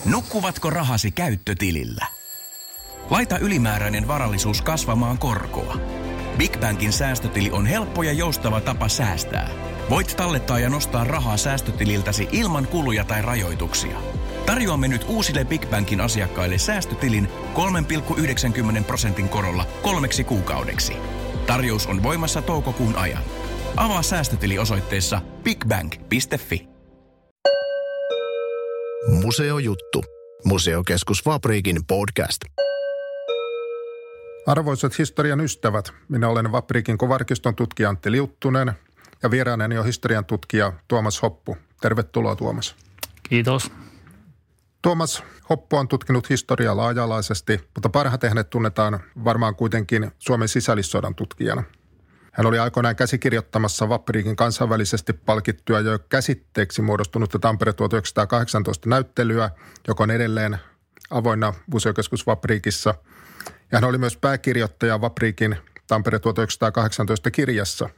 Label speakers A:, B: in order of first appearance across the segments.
A: Nukkuvatko rahasi käyttötilillä? Laita ylimääräinen varallisuus kasvamaan korkoa. Big Bankin säästötili on helppo ja joustava tapa säästää. Voit tallettaa ja nostaa rahaa säästötililtäsi ilman kuluja tai rajoituksia. Tarjoamme nyt uusille Big Bankin asiakkaille säästötilin 3,90% korolla 3 kuukaudeksi. Tarjous on voimassa toukokuun ajan. Avaa säästötili osoitteessa bigbank.fi.
B: Museojuttu. Museokeskus Vapriikin podcast.
C: Arvoisat historian ystävät, minä olen Vapriikin kuvarkiston tutkija Antti Liuttunen ja vieraanani on historian tutkija Tuomas Hoppu. Tervetuloa Tuomas.
D: Kiitos.
C: Tuomas Hoppu on tutkinut historiaa laaja-alaisesti, mutta parhaiten hänet tunnetaan varmaan kuitenkin Suomen sisällissodan tutkijana. Hän oli aikoinaan käsikirjoittamassa Vapriikin kansainvälisesti palkittuja jo käsitteeksi muodostunutta Tampere 1918 näyttelyä, joka on edelleen avoinna Museokeskus Vapriikissa. Ja hän oli myös pääkirjoittaja Vapriikin Tampere 1918 kirjassa.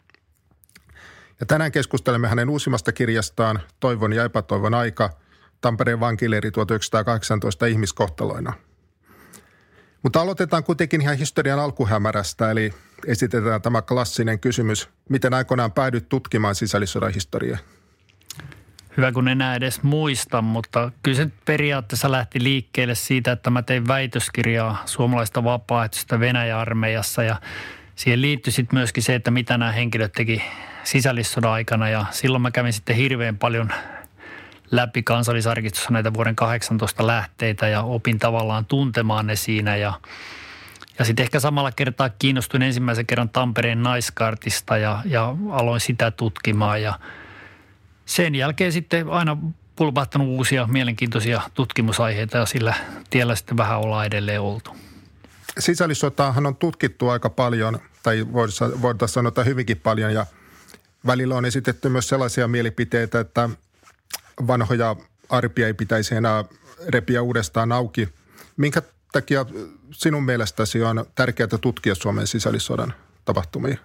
C: Ja tänään keskustelemme hänen uusimmasta kirjastaan Toivon ja epätoivon aika, Tampereen vankileiri 1918 ihmiskohtaloina. Mutta aloitetaan kuitenkin ihan historian alkuhämärästä, eli esitetään tämä klassinen kysymys, miten aikoinaan päädyt tutkimaan sisällissodan historiaa?
D: Hyvä, kun enää edes muista, mutta kyllä se periaatteessa lähti liikkeelle siitä, että mä tein väitöskirjaa suomalaista vapaaehtoista Venäjä-armeijassa ja siihen liittyi sitten myöskin se, että mitä nämä henkilöt teki sisällissodan aikana ja silloin mä kävin sitten hirveän paljon läpi Kansallisarkistossa näitä vuoden 18 lähteitä ja opin tavallaan tuntemaan ne siinä ja sitten ehkä samalla kertaa kiinnostuin ensimmäisen kerran Tampereen naiskartista ja aloin sitä tutkimaan ja sen jälkeen sitten aina pulpahtanut uusia mielenkiintoisia tutkimusaiheita ja sillä tiellä sitten vähän ollaan edelleen oltu.
C: Sisällissotaahan on tutkittu aika paljon, tai voidaan sanoa hyvinkin paljon, ja välillä on esitetty myös sellaisia mielipiteitä, että vanhoja arpia ei pitäisi enää repiä uudestaan auki. Minkä takia sinun mielestäsi on tärkeää tutkia Suomen sisällissodan tapahtumia?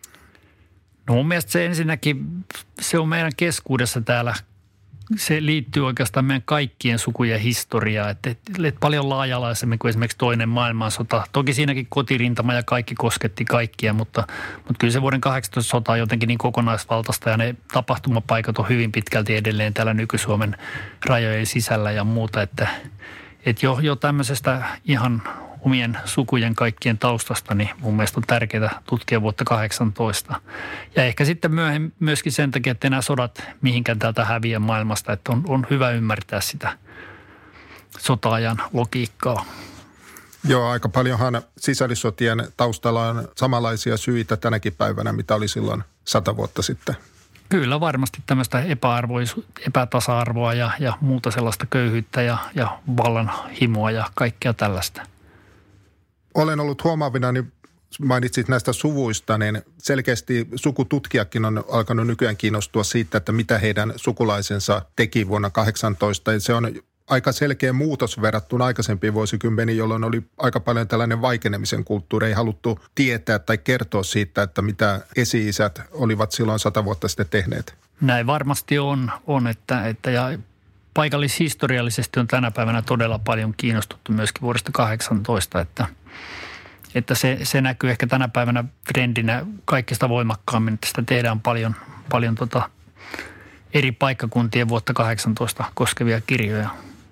D: No mun mielestä se ensinnäkin, se on meidän keskuudessa täällä, se liittyy oikeastaan meidän kaikkien sukujen historiaan, että paljon laaja-alaisemmin kuin esimerkiksi toinen maailmansota. Toki siinäkin kotirintama ja kaikki kosketti kaikkia, mutta kyllä se vuoden 18 sota on jotenkin niin kokonaisvaltaista ja ne tapahtumapaikat on hyvin pitkälti edelleen täällä nyky-Suomen rajojen sisällä ja muuta, että jo tämmöisestä ihan omien sukujen kaikkien taustasta, niin mun mielestä on tärkeää tutkia vuotta 18. Ja ehkä sitten myöhemmin myöskin sen takia, että nämä sodat mihinkään täältä häviä maailmasta, että on hyvä ymmärtää sitä sota-ajan logiikkaa.
C: Joo, aika paljonhan sisällissotien taustalla on samanlaisia syitä tänäkin päivänä, mitä oli silloin 100 vuotta sitten.
D: Kyllä varmasti tämmöistä epätasa-arvoa ja muuta sellaista köyhyyttä ja vallanhimoa ja kaikkea tällaista.
C: Olen ollut huomaavina, niin mainitsit näistä suvuista, niin selkeästi sukututkijakin on alkanut nykyään kiinnostua siitä, että mitä heidän sukulaisensa teki vuonna 18. Se on aika selkeä muutos verrattuna aikaisempiin vuosikymmeniin, jolloin oli aika paljon tällainen vaikenemisen kulttuuri. Ei haluttu tietää tai kertoa siitä, että mitä esi-isät olivat silloin 100 vuotta sitten tehneet. Näin
D: varmasti on että ja paikallishistoriallisesti on tänä päivänä todella paljon kiinnostuttu myöskin vuodesta 18, että se näkyy ehkä tänä päivänä trendinä kaikista voimakkaammin, että sitä tehdään paljon eri paikkakuntien vuotta 18 koskevia kirjoja.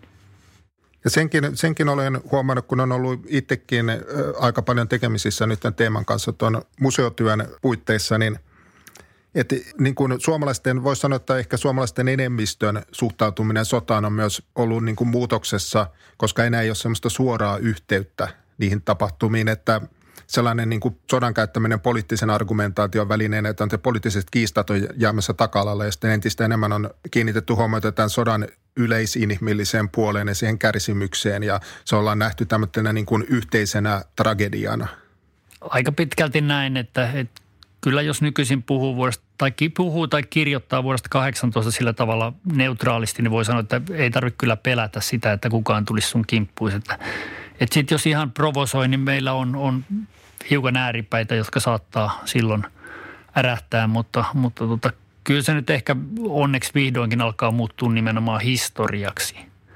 C: Ja senkin olen huomannut, kun on ollut itsekin aika paljon tekemisissä nyt tämän teeman kanssa tuon museotyön puitteissa, niin että niin kuin suomalaisten, voisi sanoa, että ehkä suomalaisten enemmistön suhtautuminen sotaan on myös ollut niin kuin muutoksessa, koska enää ei ole semmoista suoraa yhteyttä niihin tapahtumiin, että sellainen niin kuin sodan käyttäminen poliittisen argumentaation välineenä, että poliittiset kiistat on jäämässä taka-alalle ja sitten entistä enemmän on kiinnitetty huomiota tämän sodan yleisinhimilliseen puoleen ja siihen kärsimykseen ja se ollaan nähty tämmöisenä niin kuin yhteisenä tragediana.
D: Aika pitkälti näin, että kyllä jos nykyisin puhuu tai kirjoittaa vuodesta 18 sillä tavalla neutraalisti, niin voi sanoa, että ei tarvitse kyllä pelätä sitä, että kukaan tulisi sun kimppuisi. Että sitten jos ihan provosoi, niin meillä on hiukan ääripäitä, jotka saattaa silloin ärähtää, mutta kyllä se nyt ehkä onneksi vihdoinkin alkaa muuttua nimenomaan historiaksi.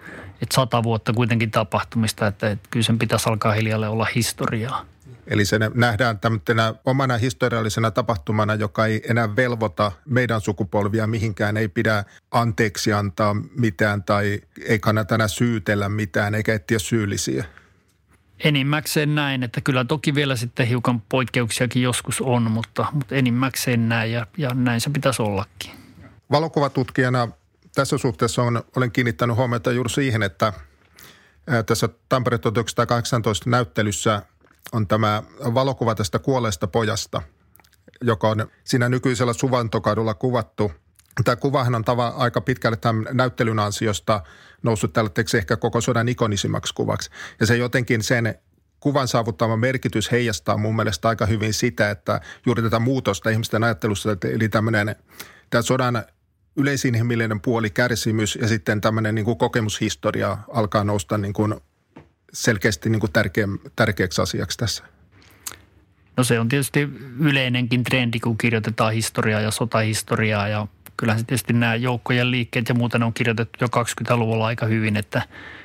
D: 100 vuotta kuitenkin tapahtumista, että kyllä sen pitäisi alkaa hiljalleen olla historiaa.
C: Eli se nähdään tämmöisenä omana historiallisena tapahtumana, joka ei enää velvoita meidän sukupolvia mihinkään, ei pidä anteeksi antaa mitään tai ei kannata enää syytellä mitään eikä etsiä syyllisiä.
D: Enimmäkseen näin, että kyllä toki vielä sitten hiukan poikkeuksiakin joskus on, mutta enimmäkseen näin ja näin se pitäisi ollakin.
C: Valokuvatutkijana tässä suhteessa olen kiinnittänyt huomiota juuri siihen, että tässä Tampere 1918 näyttelyssä on tämä valokuva tästä kuolleesta pojasta, joka on siinä nykyisellä Suvantokadulla kuvattu. Tämä kuvahan on aika pitkälle tämän näyttelyn ansiosta noussut tällaiseksi ehkä koko sodan ikonisimmaksi kuvaksi. Ja se jotenkin sen kuvan saavuttama merkitys heijastaa mun mielestä aika hyvin sitä, että juuri tätä muutosta ihmisten ajattelussa, eli tämä sodan yleisinhimillinen puoli, kärsimys ja sitten tämmöinen niin kuin kokemushistoria alkaa nousta niin kuin selkeästi niin kuin tärkeäksi asiaksi tässä.
D: No se on tietysti yleinenkin trendi, kun kirjoitetaan historiaa ja sotahistoriaa ja kyllähän se tietysti nämä joukkojen liikkeet ja muuten on kirjoitettu jo 20-luvulla aika hyvin, että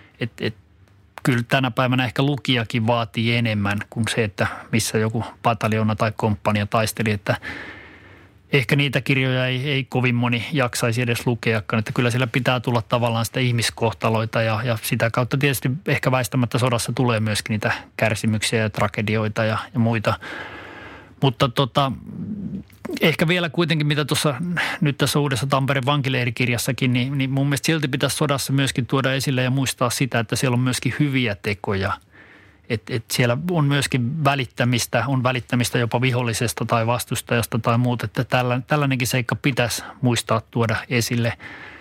D: kyllä tänä päivänä ehkä lukijakin vaatii enemmän kuin se, että missä joku pataljona tai komppania taisteli, että ehkä niitä kirjoja ei kovin moni jaksaisi edes lukeakaan, että kyllä siellä pitää tulla tavallaan sitä ihmiskohtaloita ja sitä kautta tietysti ehkä väistämättä sodassa tulee myöskin niitä kärsimyksiä ja tragedioita ja muita. Mutta ehkä vielä kuitenkin, mitä tuossa nyt tässä uudessa Tampereen vankileirikirjassakin, niin mun mielestä silti pitäisi sodassa myöskin tuoda esille ja muistaa sitä, että siellä on myöskin hyviä tekoja. Että siellä on myöskin välittämistä jopa vihollisesta tai vastustajasta tai muuta, että tällainenkin seikka pitäisi muistaa tuoda esille.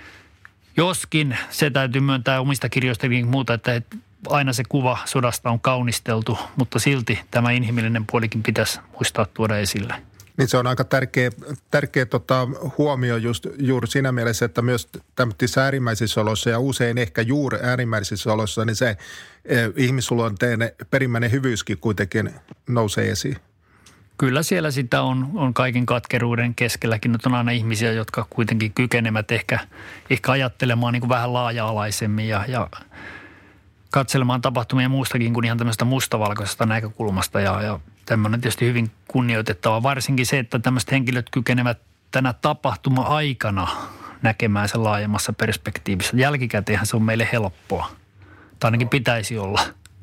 D: Joskin se täytyy myöntää omista kirjoistakin muuta, että aina se kuva sodasta on kaunisteltu, mutta silti tämä inhimillinen puolikin pitäisi muistaa tuoda esille.
C: Niin se on aika tärkeä huomio juuri siinä mielessä, että myös tämmöisissä äärimmäisissä oloissa ja usein ehkä juuri äärimmäisissä oloissa, niin se ihmisluonteen perimmäinen hyvyyskin kuitenkin nousee esiin.
D: Kyllä siellä sitä on kaiken katkeruuden keskelläkin. Nyt on aina ihmisiä, jotka kuitenkin kykenevät ehkä ajattelemaan niin kuin vähän laaja-alaisemmin ja katselemaan tapahtumia muustakin kuin ihan tämmöistä mustavalkoisesta näkökulmasta ja tämmöinen tietysti hyvin kunnioitettava. Varsinkin se, että tämmöiset henkilöt kykenevät tänä tapahtuma-aikana näkemään sen laajemmassa perspektiivissä. Jälkikäteenhän se on meille helppoa. Tai ainakin pitäisi olla.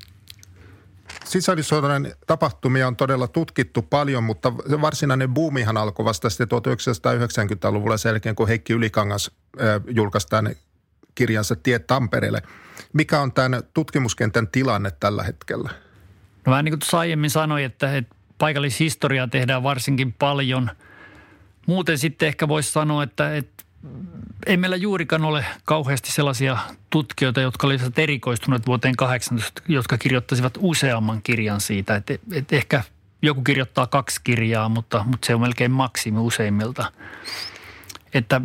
C: Sisällissodan tapahtumia on todella tutkittu paljon, mutta varsinainen buumihan alkoi vasta sitten 1990-luvulla sen jälkeen, kun Heikki Ylikangas julkaisi tämän kirjansa Tie Tampereelle. Mikä on tämän tutkimuskentän tilanne tällä hetkellä?
D: No vähän niin kuin tuossa aiemmin sanoin, että paikallishistoriaa tehdään varsinkin paljon. Muuten sitten ehkä voisi sanoa, että ei meillä juurikaan ole kauheasti sellaisia tutkijoita, jotka olisivat erikoistuneet vuoteen 18, jotka kirjoittaisivat useamman kirjan siitä. Että ehkä joku kirjoittaa 2 kirjaa, mutta se on melkein maksimi useimmilta. Että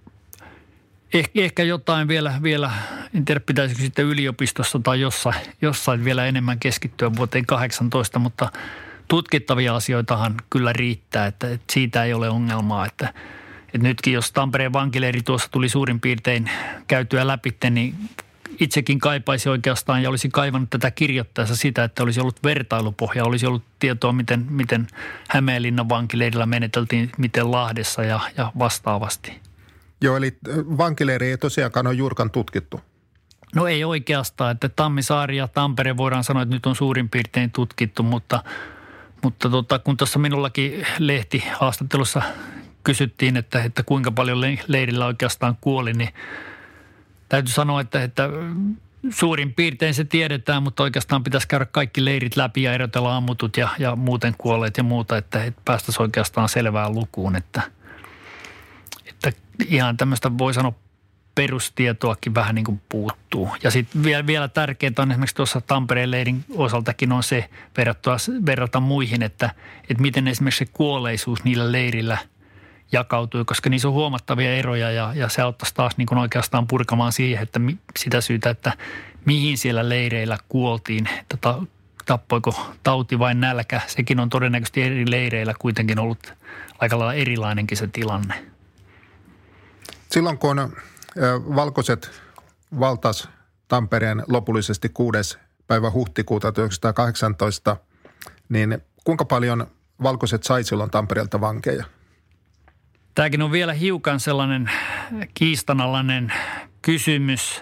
D: ehkä jotain vielä, en tiedä pitäisikö sitten yliopistossa tai jossain vielä enemmän keskittyä vuoteen 18, mutta tutkittavia asioitahan kyllä riittää, että siitä ei ole ongelmaa, että nytkin jos Tampereen vankileiri tuossa tuli suurin piirtein käytyä läpi, niin itsekin kaipaisi oikeastaan ja olisi kaivannut tätä kirjoittaessa sitä, että olisi ollut vertailupohja, olisi ollut tietoa, miten Hämeenlinnan vankileirillä meneteltiin, miten Lahdessa ja vastaavasti.
C: Joo, eli vankileiri ei tosiaankaan ole juurikaan tutkittu.
D: No ei oikeastaan, että Tammisaari ja Tampere voidaan sanoa, että nyt on suurin piirtein tutkittu, mutta kun tuossa minullakin lehtihaastattelussa kysyttiin, että kuinka paljon leirillä oikeastaan kuoli, niin täytyy sanoa, että suurin piirtein se tiedetään, mutta oikeastaan pitäisi käydä kaikki leirit läpi ja erotella ammutut ja muuten kuolleet ja muuta, että päästäisiin oikeastaan selvään lukuun, että ihan tämmöistä voi sanoa perustietoakin vähän niin kuin puuttuu. Ja sitten vielä tärkeää on esimerkiksi tuossa Tampereen leirin osaltakin on se verrata muihin, että miten esimerkiksi se kuolleisuus niillä leirillä jakautui, koska niissä on huomattavia eroja ja se auttaisi taas niin kuin oikeastaan purkamaan siihen, että sitä syytä, että mihin siellä leireillä kuoltiin, että tappoiko tauti vai nälkä. Sekin on todennäköisesti eri leireillä kuitenkin ollut aika lailla erilainenkin se tilanne.
C: Silloin kun valkoiset valtas Tampereen lopullisesti 6. päivä huhtikuuta 1918, niin kuinka paljon valkoiset sai silloin Tampereelta vankeja?
D: Tämäkin on vielä hiukan sellainen kiistanalainen kysymys.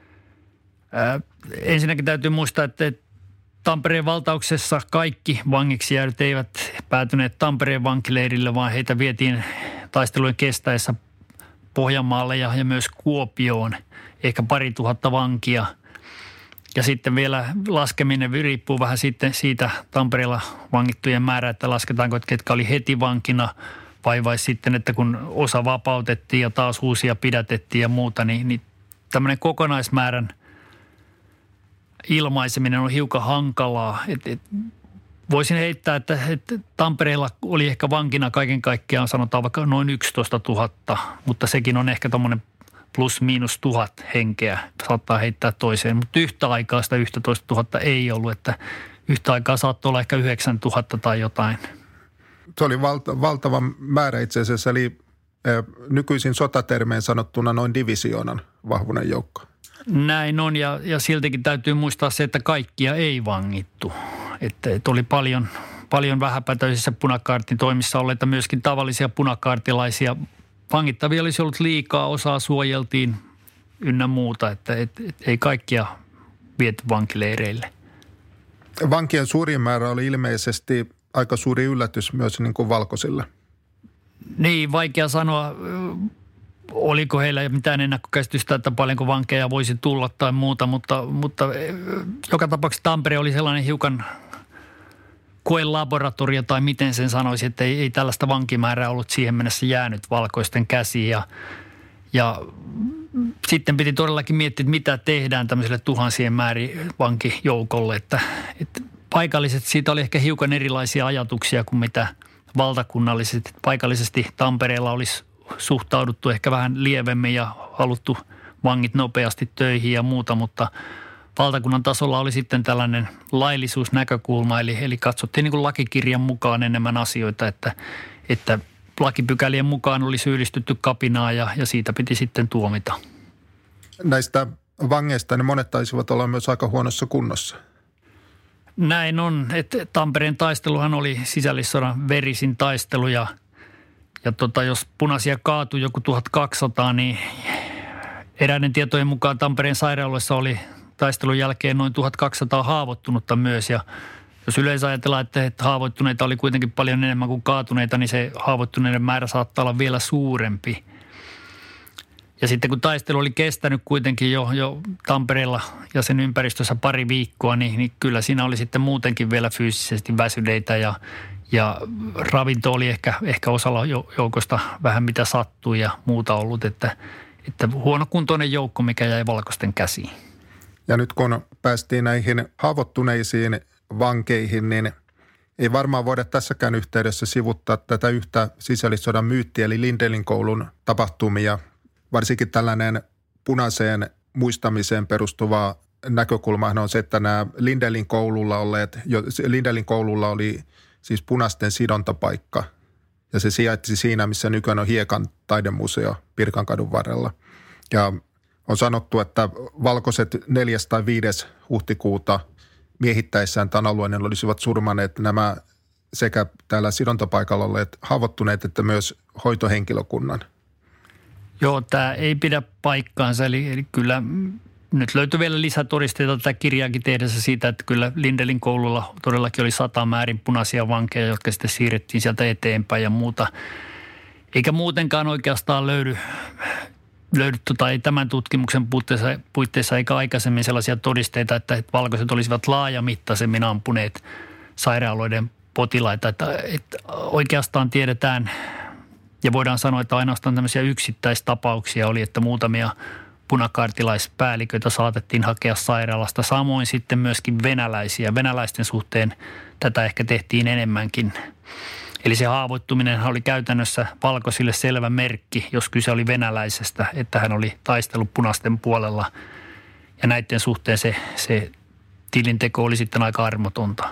D: Ensinnäkin täytyy muistaa, että Tampereen valtauksessa kaikki vangiksi jäädyt eivät päätyneet Tampereen vankileirille, vaan heitä vietiin taistelujen kestäessä Pohjanmaalle ja myös Kuopioon, ehkä 2000 vankia. Ja sitten vielä laskeminen riippuu vähän sitten siitä Tampereella vangittujen määrää, että lasketaanko, että ketkä oli heti vankina vai sitten, että kun osa vapautettiin ja taas uusia pidätettiin ja muuta, niin tämmöinen kokonaismäärän ilmaiseminen on hiukan hankalaa. Voisin heittää, että Tampereella oli ehkä vankina kaiken kaikkiaan sanotaan vaikka noin 11 000, mutta sekin on ehkä tuommoinen plus miinus 1000 henkeä saattaa heittää toiseen. Mutta yhtä aikaa sitä 11 000 ei ollut, että yhtä aikaa saattoi olla ehkä 9 000 tai jotain.
C: Se oli valtava määrä itse asiassa, eli nykyisin sotatermeen sanottuna noin divisioonan vahvuinen joukko.
D: Näin on ja siltikin täytyy muistaa se, että kaikkia ei vangittu. Että oli paljon vähäpätöisissä punakaartin toimissa olleita myöskin tavallisia punakaartilaisia. Vangittavia olisi ollut liikaa, osaa suojeltiin ynnä muuta, että ei kaikkia viety vankileireille.
C: Vankien suurin määrä oli ilmeisesti aika suuri yllätys myös niin kuin valkoisille.
D: Niin, vaikea sanoa, oliko heillä mitään ennakkokäsitystä, että paljonko vankeja voisi tulla tai muuta, mutta joka tapauksessa Tampere oli sellainen hiukan koelaboratorio tai miten sen sanoisi, että ei tällaista vankimäärää ollut siihen mennessä jäänyt valkoisten käsiin ja sitten piti todellakin miettiä, että mitä tehdään tämmöiselle tuhansien määrin vankijoukolle, että paikalliset, siitä oli ehkä hiukan erilaisia ajatuksia kuin mitä valtakunnalliset. Paikallisesti Tampereella olisi suhtauduttu ehkä vähän lievemmin ja haluttu vangit nopeasti töihin ja muuta, mutta valtakunnan tasolla oli sitten tällainen laillisuusnäkökulma, eli katsottiin niin kuin lakikirjan mukaan enemmän asioita, että lakipykälien mukaan oli syyllistytty kapinaa ja siitä piti sitten tuomita.
C: Näistä vangeista ne monet taisivat olla myös aika huonossa kunnossa.
D: Näin on, että Tampereen taisteluhan oli sisällissodan verisin taistelu ja jos punaisia kaatui joku 1200, niin eräiden tietojen mukaan Tampereen sairaaloissa oli taistelun jälkeen noin 1200 haavoittunutta myös ja jos yleensä ajatellaan, että haavoittuneita oli kuitenkin paljon enemmän kuin kaatuneita, niin se haavoittuneiden määrä saattaa olla vielä suurempi. Ja sitten kun taistelu oli kestänyt kuitenkin jo Tampereella ja sen ympäristössä pari viikkoa, niin kyllä siinä oli sitten muutenkin vielä fyysisesti väsyneitä ja ravinto oli ehkä osalla joukosta vähän mitä sattui ja muuta ollut, että huonokuntoinen joukko, mikä jäi valkoisten käsiin.
C: Ja nyt kun päästiin näihin haavoittuneisiin vankeihin, niin ei varmaan voida tässäkään yhteydessä sivuttaa tätä yhtä sisällissodan myyttiä, eli Lindelin koulun tapahtumia. Varsinkin tällainen punaiseen muistamiseen perustuva näkökulmahan on se, että nämä Lindelin koululla oli siis punaisten sidontapaikka. Ja se sijaitsi siinä, missä nykyään on Hiekan taidemuseo Pirkankadun varrella. Ja on sanottu, että valkoiset 4. tai 5. huhtikuuta miehittäessään tämän alueen olisivat surmanneet nämä sekä täällä sidontapaikalla olleet haavoittuneet, että myös hoitohenkilökunnan. Joo, tämä ei pidä paikkaansa. Eli kyllä nyt löytyy vielä lisätodisteita tätä kirjaakin tehdessä siitä, että kyllä Lindelin koululla todellakin oli 100 määrin punaisia vankeja, jotka sitten siirrettiin sieltä eteenpäin ja muuta. Eikä muutenkaan oikeastaan löydy tai tämän tutkimuksen puitteissa eikä aikaisemmin sellaisia todisteita, että valkoiset olisivat laajamittaisemmin ampuneet sairaaloiden potilaita. Että oikeastaan tiedetään ja voidaan sanoa, että ainoastaan tämmöisiä yksittäistapauksia oli, että muutamia punakaartilaispäälliköitä saatettiin hakea sairaalasta. Samoin sitten myöskin venäläisiä. Venäläisten suhteen tätä ehkä tehtiin enemmänkin. Eli se haavoittuminen oli käytännössä valkoisille selvä merkki, jos kyse oli venäläisestä, että hän oli taistellut punaisten puolella. Ja näiden suhteen se tilinteko oli sitten aika armotonta.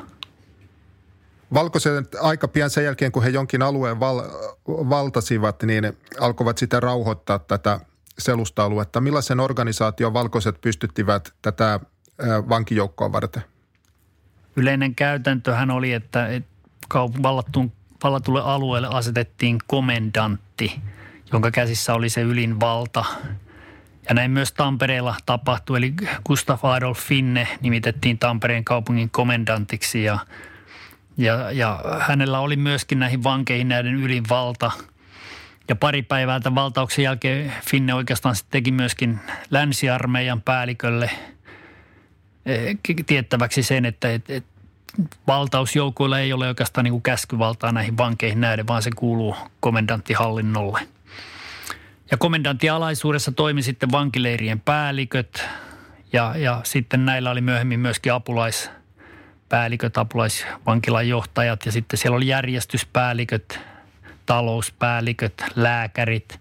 C: Valkoiset aika pian sen jälkeen, kun he jonkin alueen valtasivat, niin alkoivat sitä rauhoittaa tätä selusta-aluetta. Millaisen organisaation valkoiset pystyttivät tätä vankijoukkoa varten?
D: Yleinen käytäntöhän oli, että vallatulle alueelle asetettiin komendantti, jonka käsissä oli se ylin valta. Ja näin myös Tampereella tapahtui, eli Gustav Adolf Finne nimitettiin Tampereen kaupungin komendantiksi ja hänellä oli myöskin näihin vankeihin näiden ylin valta. Ja pari päivää tämän valtauksen jälkeen Finne oikeastaan teki myöskin länsiarmeijan päällikölle tiettäväksi sen, että valtausjoukoilla ei ole oikeastaan niin kuin käskyvaltaa näihin vankeihin nähden, vaan se kuuluu komendanttihallinnolle. Ja komendantin alaisuudessa toimi sitten vankileirien päälliköt ja sitten näillä oli myöhemmin myöskin apulaispäälliköt, apulaisvankilan johtajat ja sitten siellä oli järjestyspäälliköt, talouspäälliköt, lääkärit,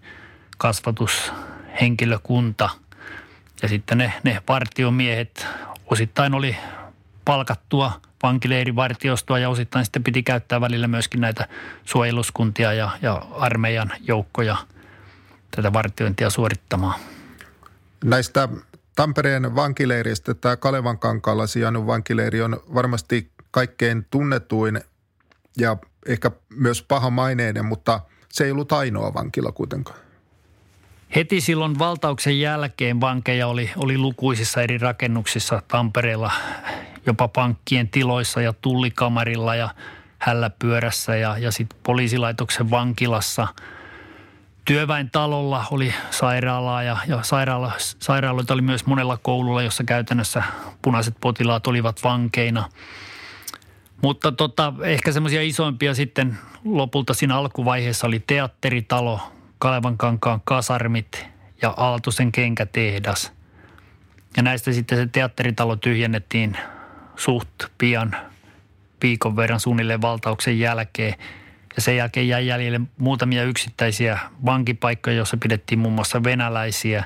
D: kasvatushenkilökunta ja sitten ne vartiomiehet osittain oli palkattua vankileirivartiostoa ja osittain sitten piti käyttää välillä myöskin näitä suojeluskuntia ja armeijan joukkoja tätä vartiointia suorittamaan.
C: Näistä Tampereen vankileiristä tämä Kalevankankaalla sijainnut vankileiri on varmasti kaikkein tunnetuin ja ehkä myös pahamaineinen, mutta se ei ollut ainoa vankila kuitenkaan.
D: Heti silloin valtauksen jälkeen vankeja oli lukuisissa eri rakennuksissa Tampereella, jopa pankkien tiloissa ja tullikamarilla ja Hälläpyörässä ja sitten poliisilaitoksen vankilassa. Työväen talolla oli sairaalaa ja sairaaloita oli myös monella koululla, jossa käytännössä punaiset potilaat olivat vankeina. Mutta ehkä semmoisia isoimpia sitten lopulta siinä alkuvaiheessa oli teatteritalo, Kalevankankaan kasarmit ja Aaltosen kenkätehdas. Ja näistä sitten se teatteritalo tyhjennettiin suht pian viikon verran suunnilleen valtauksen jälkeen. Ja sen jälkeen jäi jäljelle muutamia yksittäisiä vankipaikkoja, joissa pidettiin muun muassa venäläisiä.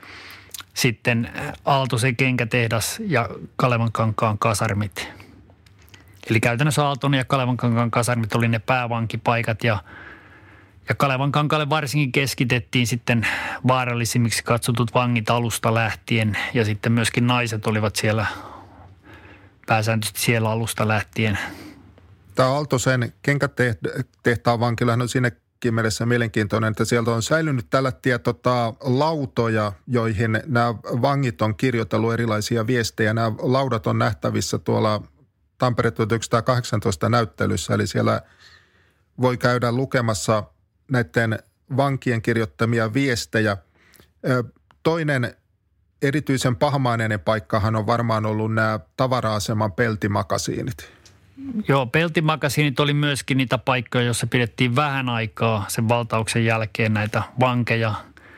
D: Sitten Aaltosen kenkätehdas ja Kalevankankaan kasarmit. Eli käytännössä Aalton ja Kalevankankaan kasarmit oli ne päävankipaikat ja Kalevankankaalle varsinkin keskitettiin sitten vaarallisimmiksi katsotut vangit alusta lähtien ja sitten myöskin naiset olivat siellä pääsääntöisesti siellä alusta lähtien.
C: Tämä Aaltosen kenkätehtaan vankilahan on siinäkin mielessä mielenkiintoinen, että sieltä on säilynyt tällä lautoja, joihin nämä vangit on kirjoitellut erilaisia viestejä. Nämä laudat on nähtävissä tuolla Tampere 1918 näyttelyssä, eli siellä voi käydä lukemassa näiden vankien kirjoittamia viestejä. Toinen erityisen pahamaineinen paikkahan on varmaan ollut nämä tavara-aseman peltimakasiinit.
D: Joo, peltimakasiinit oli myöskin niitä paikkoja, joissa pidettiin vähän aikaa sen valtauksen jälkeen näitä vankeja.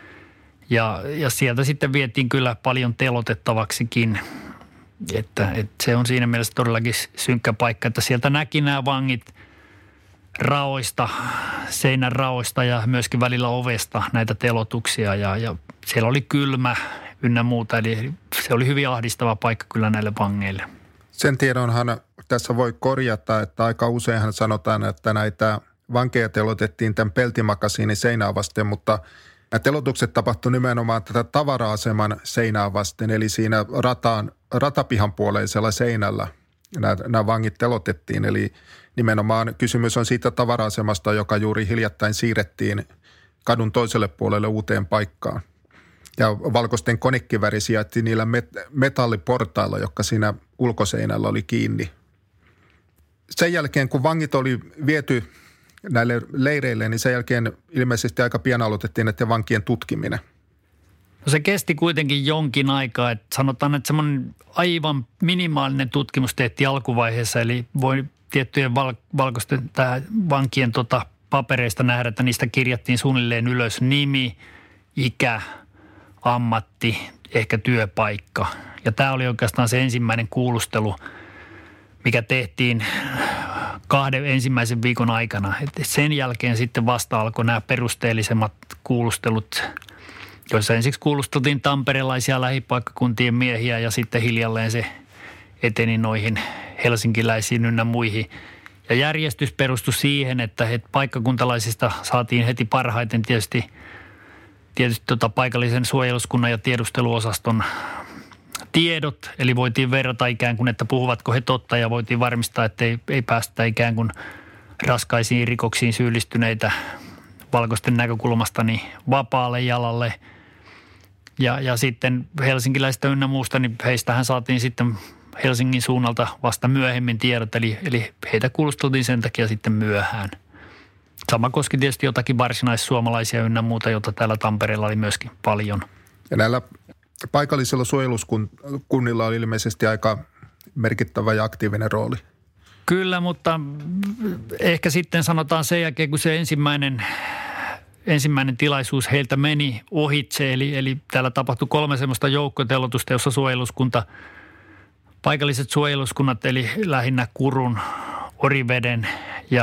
D: Ja sieltä sitten vietiin kyllä paljon telotettavaksikin. Että se on siinä mielessä todellakin synkkä paikka, että sieltä näki nämä vangit raoista, seinän raoista ja myöskin välillä ovesta näitä telotuksia ja siellä oli kylmä ynnä muuta. Eli se oli hyvin ahdistava paikka kyllä näille vangeille.
C: Sen tiedonhan tässä voi korjata, että aika useinhan sanotaan, että näitä vankeja telotettiin tämän peltimakasiinin seinää vasten, mutta nämä telotukset tapahtuivat nimenomaan tätä tavara-aseman seinää vasten, eli siinä ratapihan puoleisella seinällä nämä vangit telotettiin. Eli nimenomaan kysymys on siitä tavara-asemasta, joka juuri hiljattain siirrettiin kadun toiselle puolelle uuteen paikkaan. Ja valkoisten konekiväri sijaitsi niillä metalliportailla, jotka siinä ulkoseinällä oli kiinni. Sen jälkeen, kun vangit oli viety näille leireille, niin sen jälkeen ilmeisesti aika pian aloitettiin näiden vankien tutkiminen.
D: No se kesti kuitenkin jonkin aikaa, että sanotaan, että semmoinen aivan minimaalinen tutkimus tehtiin alkuvaiheessa, eli voi tiettyjen valkoisten vankien papereista nähdä, että niistä kirjattiin suunnilleen ylös nimi, ikä, ammatti, ehkä työpaikka. Ja tämä oli oikeastaan se ensimmäinen kuulustelu, mikä tehtiin 2 ensimmäisen viikon aikana. Et sen jälkeen sitten vasta alkoi nämä perusteellisemmat kuulustelut, joissa ensiksi kuulusteltiin tamperelaisia lähipaikkakuntien miehiä ja sitten hiljalleen se eteni noihin helsinkiläisiin ynnä muihin. Ja järjestys perustui siihen, että paikkakuntalaisista saatiin heti parhaiten tietysti tietysti paikallisen suojeluskunnan ja tiedusteluosaston tiedot, eli voitiin verrata ikään kuin, että puhuvatko he totta ja voitiin varmistaa, että ei päästä ikään kuin raskaisiin rikoksiin syyllistyneitä valkoisten näkökulmasta niin vapaalle jalalle. Ja sitten helsinkiläistä ynnä muusta, niin heistähän saatiin sitten Helsingin suunnalta vasta myöhemmin tiedot, eli heitä kuulusteltiin sen takia sitten myöhään. Sama koski tietysti jotakin varsinaissuomalaisia ynnä muuta, jota täällä Tampereella oli myöskin paljon.
C: Ja näillä paikallisilla suojeluskunnilla oli ilmeisesti aika merkittävä ja aktiivinen rooli.
D: Kyllä, mutta ehkä sitten sanotaan sen jälkeen, kun se ensimmäinen tilaisuus heiltä meni ohitse. Eli täällä tapahtui 3 semmoista joukkotelotusta, jossa paikalliset suojeluskunnat, eli lähinnä Kurun, Oriveden ja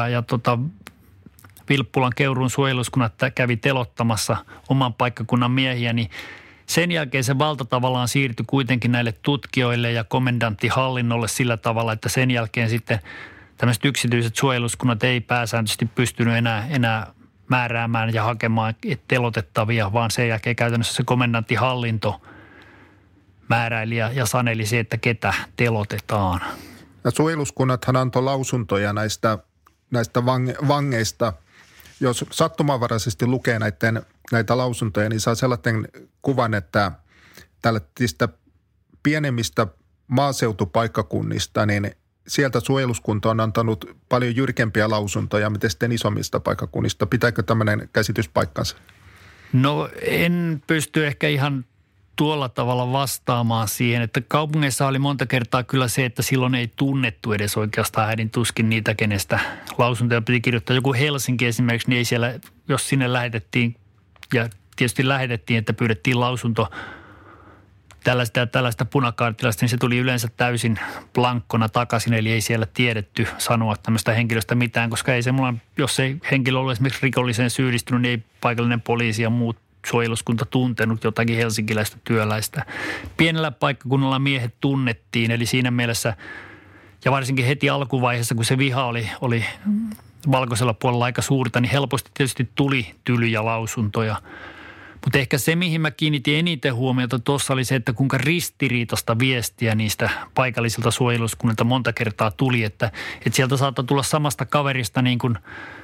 D: Vilppulan, Keuruun suojeluskunnat kävi telottamassa oman paikkakunnan miehiä, niin sen jälkeen se valta tavallaan siirtyi kuitenkin näille tutkijoille ja komendanttihallinnolle sillä tavalla, että sen jälkeen sitten tämmöiset yksityiset suojeluskunnat ei pääsääntöisesti pystynyt enää määräämään ja hakemaan telotettavia, vaan sen jälkeen käytännössä se komendanttihallinto määräili ja saneli se, että ketä telotetaan.
C: Ja suojeluskunnathan antoi lausuntoja näistä vangeista. Jos sattumanvaraisesti lukee näitä lausuntoja, niin saa sellaisen kuvan, että tällaisista pienemmistä maaseutupaikkakunnista, niin sieltä suojeluskunta on antanut paljon jyrkempiä lausuntoja, miten sitten isommista paikkakunnista. Pitääkö tämmöinen käsitys paikkansa?
D: No en pysty ehkä ihan tuolla tavalla vastaamaan siihen, että kaupungeissa oli monta kertaa kyllä se, että silloin ei tunnettu edes oikeastaan hädin tuskin niitä, kenestä lausuntoja piti kirjoittaa. Joku Helsinki esimerkiksi, niin ei siellä, jos sinne lähetettiin ja tietysti lähetettiin, että pyydettiin lausunto tällaista punakaartilasta, niin se tuli yleensä täysin blankkona takaisin, eli ei siellä tiedetty sanoa tämmöistä henkilöstä mitään, koska ei se jos ei henkilö ole esimerkiksi rikolliseen syyllistynyt, niin ei paikallinen poliisi ja muut suojeluskunta tuntenut jotakin helsinkiläistä työläistä. Pienellä paikkakunnalla miehet tunnettiin, eli siinä mielessä, ja varsinkin heti alkuvaiheessa, kun se viha oli valkoisella puolella aika suurta, niin helposti tietysti tuli tylyjä lausuntoja. Mutta ehkä se, mihin mä kiinnitin eniten huomiota tuossa oli se, että kuinka ristiriitaista viestiä niistä paikallisilta suojeluskunnilta monta kertaa tuli, että sieltä saattaa tulla samasta kaverista niin kuin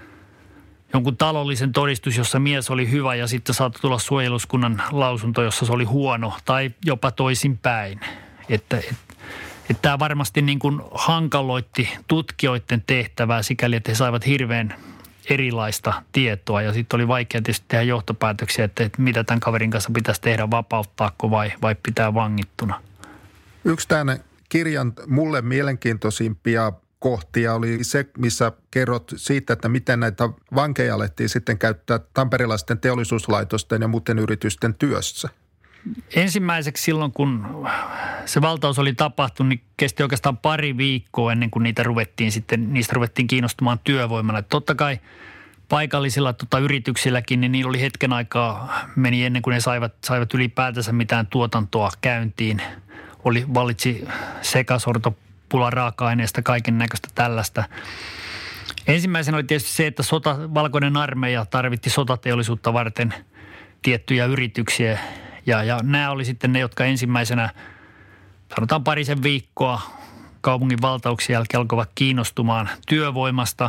D: jonkun taloudellisen todistus, jossa mies oli hyvä ja sitten saattoi tulla suojeluskunnan lausunto, jossa se oli huono tai jopa toisinpäin. Että tämä varmasti niin kuin hankaloitti tutkijoiden tehtävää sikäli, että he saivat hirveän erilaista tietoa ja sitten oli vaikea tietysti tehdä johtopäätöksiä, että mitä tämän kaverin kanssa pitäisi tehdä, vapauttaako vai pitää vangittuna. Yksi
C: tämän kirjan mulle mielenkiintoisimpia kohtia oli se, missä kerrot siitä, että miten näitä vankeja alettiin sitten käyttää tamperelaisten teollisuuslaitosten ja muiden yritysten työssä.
D: Ensimmäiseksi silloin, kun se valtaus oli tapahtunut, niin kesti oikeastaan pari viikkoa ennen kuin niistä ruvettiin kiinnostumaan työvoimana. Totta kai paikallisilla yrityksilläkin, niin niillä oli hetken aikaa, meni ennen kuin ne saivat ylipäätänsä mitään tuotantoa käyntiin. Vallitsi sekasortopula raaka-aineesta, kaiken näköistä tällaista. Ensimmäisenä oli tietysti se, että valkoinen armeija tarvitti sotateollisuutta varten tiettyjä yrityksiä. Ja nämä oli sitten ne, jotka ensimmäisenä, sanotaan parisen viikkoa kaupungin valtauksen jälkeen alkoivat kiinnostumaan työvoimasta.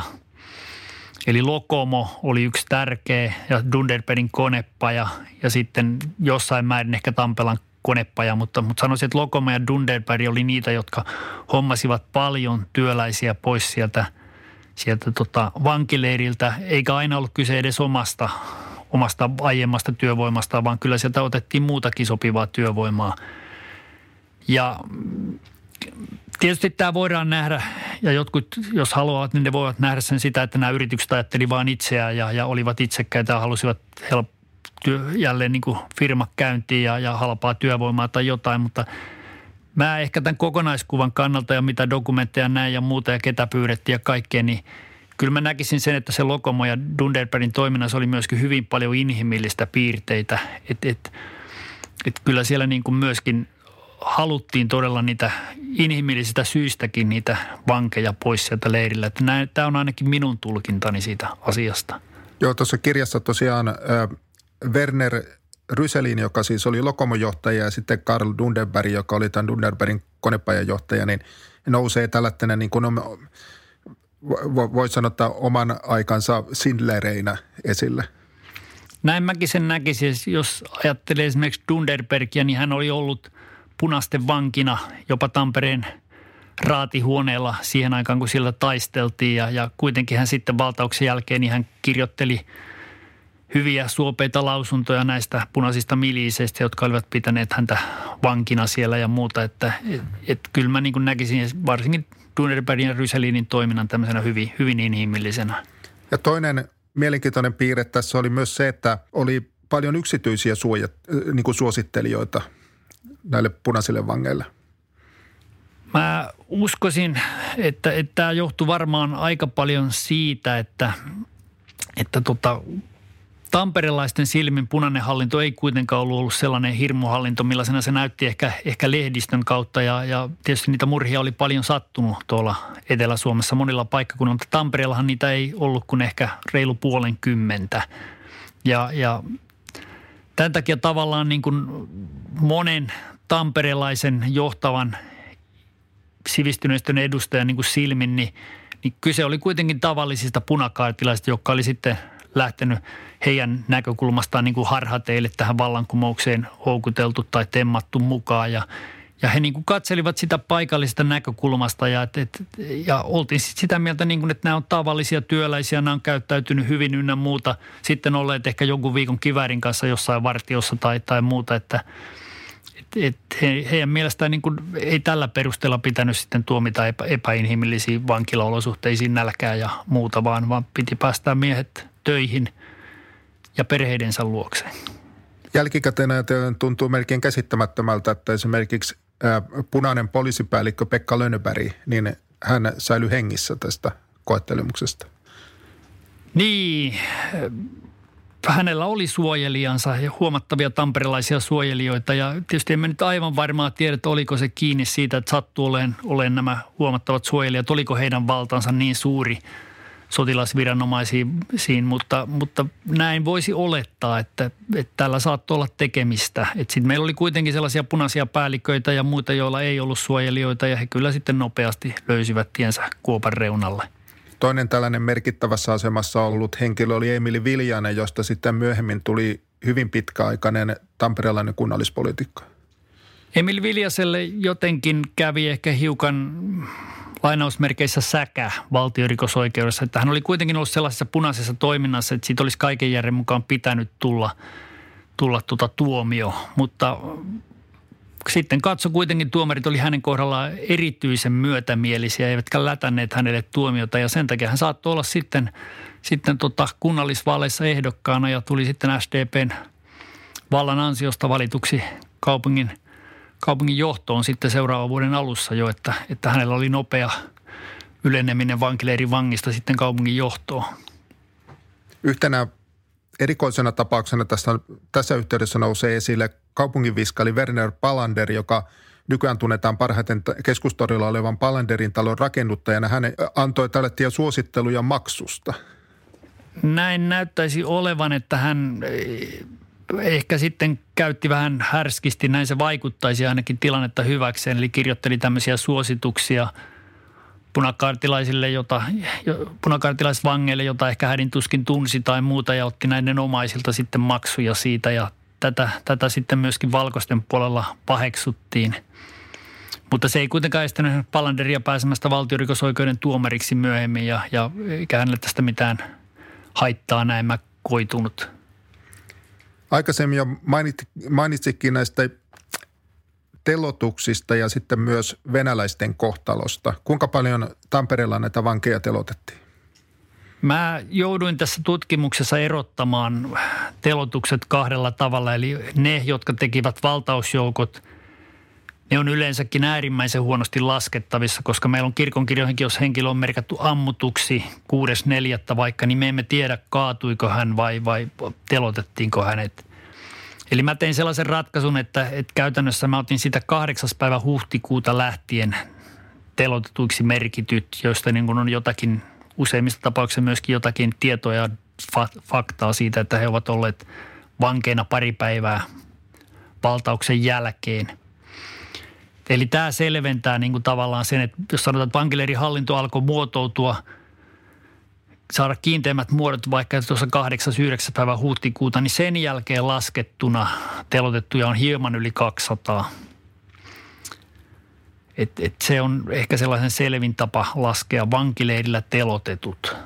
D: Eli Lokomo oli yksi tärkeä ja Dunderbergin konepaja ja sitten jossain määrin ehkä Tampelan konepaja, mutta sanoisin, että Lokomo ja Dunderberg oli niitä, jotka hommasivat paljon työläisiä pois sieltä vankileiriltä, eikä aina ollut kyse edes omasta aiemmasta työvoimasta, vaan kyllä sieltä otettiin muutakin sopivaa työvoimaa. Ja tietysti tämä voidaan nähdä, ja jotkut, jos haluavat, niin ne voivat nähdä sen sitä, että nämä yritykset ajatteli vain itseään ja olivat itsekkäitä ja halusivat jälleen niin kuin firma käyntiin ja halpaa työvoimaa tai jotain, mutta mä ehkä tämän kokonaiskuvan kannalta ja mitä dokumentteja näin ja muuta ja ketä pyydettiin ja kaikkea, niin kyllä mä näkisin sen, että se Lokomo ja Dunderbergin toiminnassa oli myöskin hyvin paljon inhimillistä piirteitä, että kyllä siellä niin kuin myöskin haluttiin todella niitä inhimillisistä syistäkin niitä vankeja pois sieltä leirillä. Tämä on ainakin minun tulkintani siitä asiasta.
C: Joo, tuossa kirjassa tosiaan Werner Rüselin, joka siis oli Lokomo-johtaja, ja sitten Karl Dunderberg, joka oli tämän Dunderbergin konepajan johtaja, niin nousee tällainen, niin kuin voi sanoa, että oman aikansa Schindlereinä esille.
D: Näin mäkin sen näkisin, jos ajattelee esimerkiksi Dunderbergia, niin hän oli ollut punaisten vankina jopa Tampereen raatihuoneella siihen aikaan, kun sillä taisteltiin. Ja kuitenkin hän sitten valtauksen jälkeen, niin hän kirjoitteli hyviä suopeita lausuntoja näistä punaisista miliiseistä, jotka olivat pitäneet häntä vankina siellä ja muuta. Että kyllä mä niin kuin näkisin varsinkin Dunderbergin ja Rüselinin toiminnan tämmöisenä hyvin inhimillisenä. Ja
C: toinen mielenkiintoinen piirre tässä oli myös se, että oli paljon yksityisiä niin kuin suosittelijoita näille punaisille vangeille.
D: Mä uskoisin, että tämä johtui varmaan aika paljon siitä, että tamperelaisten silmin punainen hallinto ei kuitenkaan ollut sellainen hirmuhallinto, millaisena se näytti ehkä lehdistön kautta. Ja tietysti niitä murhia oli paljon sattunut tuolla Etelä-Suomessa monilla paikkakunnilla, mutta Tampereellahan niitä ei ollut kuin ehkä reilu 50. Ja tämän takia tavallaan niin kuin monen tamperelaisen johtavan sivistyneistön edustajan niin kuin silmin, niin kyse oli kuitenkin tavallisista punakaartilaisista, jotka oli sitten lähtenyt heidän näkökulmastaan niin kuin harhateille tähän vallankumoukseen houkuteltu tai temmattu mukaan. Ja he niin kuin katselivat sitä paikallisesta näkökulmasta ja oltiin sitä mieltä, niin kuin, että nämä on tavallisia työläisiä, nämä on käyttäytynyt hyvin ynnä muuta. Sitten olleet ehkä jonkun viikon kiväärin kanssa jossain vartiossa tai muuta, että heidän mielestään niin kuin ei tällä perusteella pitänyt sitten tuomita epäinhimillisiin vankilaolosuhteisiin, nälkää ja muuta, vaan piti päästää miehet töihin ja perheidensä luokseen.
C: Jälkikäteen ajatellen tuntuu melkein käsittämättömältä, että esimerkiksi punainen poliisipäällikkö Pekka Lönnberg, niin hän säilyi hengissä tästä koettelemuksesta.
D: Niin, hänellä oli suojelijansa ja huomattavia tamperelaisia suojelijoita ja tietysti emme nyt aivan varmaa tiedä, että oliko se kiinni siitä, että sattuu olemaan nämä huomattavat suojelijat, oliko heidän valtansa niin suuri sotilasviranomaisiin, mutta näin voisi olettaa, että tällä saattoi olla tekemistä. Sitten meillä oli kuitenkin sellaisia punaisia päälliköitä ja muita, joilla ei ollut suojelijoita ja he kyllä sitten nopeasti löysivät tiensä kuopan reunalle.
C: Toinen tällainen merkittävässä asemassa ollut henkilö oli Emili Viljanen, josta sitten myöhemmin tuli hyvin pitkäaikainen tamperelainen kunnallispoliitikko.
D: Emil Viljaselle jotenkin kävi ehkä hiukan lainausmerkeissä säkä valtiorikosoikeudessa, että hän oli kuitenkin ollut sellaisessa punaisessa toiminnassa, että siitä olisi kaiken järjen mukaan pitänyt tulla tuomio, mutta sitten kuitenkin tuomarit oli hänen kohdallaan erityisen myötämielisiä, eivätkä lätänneet hänelle tuomiota ja sen takia hän saattoi olla sitten kunnallisvaaleissa ehdokkaana ja tuli sitten SDPn vallan ansiosta valituksi kaupungin johtoon sitten seuraavan vuoden alussa jo, että hänellä oli nopea yleneminen vankileirin vangista sitten kaupungin johtoon.
C: Yhtenä erikoisena tapauksena tässä yhteydessä nousee esille kaupunginviskali Werner Palander, joka nykyään tunnetaan parhaiten Keskustorilla olevan Palanderin talon rakennuttajana. Hän antoi tällaisia suositteluja maksusta.
D: Näin näyttäisi olevan, että hän ehkä sitten käytti vähän härskisti, näin se vaikuttaisi ainakin tilannetta hyväkseen, eli kirjoitteli tämmöisiä suosituksia punakaartilaisvangeille, jota ehkä hädin tuskin tunsi tai muuta ja otti näiden omaisilta sitten maksuja siitä ja tätä sitten myöskin valkoisten puolella paheksuttiin. Mutta se ei kuitenkaan estänyt Palanderia pääsemästä valtiorikosoikeuden tuomariksi myöhemmin ja eikä hänelle tästä mitään haittaa näemmä koitunut.
C: Aikaisemmin jo mainitsikin näistä telotuksista ja sitten myös venäläisten kohtalosta. Kuinka paljon Tampereella näitä vankeja telotettiin?
D: Mä jouduin tässä tutkimuksessa erottamaan telotukset kahdella tavalla. Eli ne, jotka tekivät valtausjoukot, ne on yleensäkin äärimmäisen huonosti laskettavissa, koska meillä on kirkonkirjoihinkin, jos henkilö on merkattu ammutuksi 6.4. vaikka, niin me emme tiedä kaatuiko hän vai telotettiinko hänet. Eli mä tein sellaisen ratkaisun, että käytännössä mä otin sitä 8. päivä huhtikuuta lähtien telotetuiksi merkityt, joista niin kuin on jotakin, useimmissa tapauksissa myöskin jotakin tietoa ja faktaa siitä, että he ovat olleet vankeina pari päivää valtauksen jälkeen. Eli tämä selventää niin kuin tavallaan sen, että jos sanotaan, että vankileirin hallinto alkoi muotoutua, saada kiinteimmät muodot vaikka tuossa 8.9. päivä huhtikuuta, niin sen jälkeen laskettuna telotettuja on hieman yli 200. Et se on ehkä sellaisen selvin tapa laskea vankileirillä telotetut.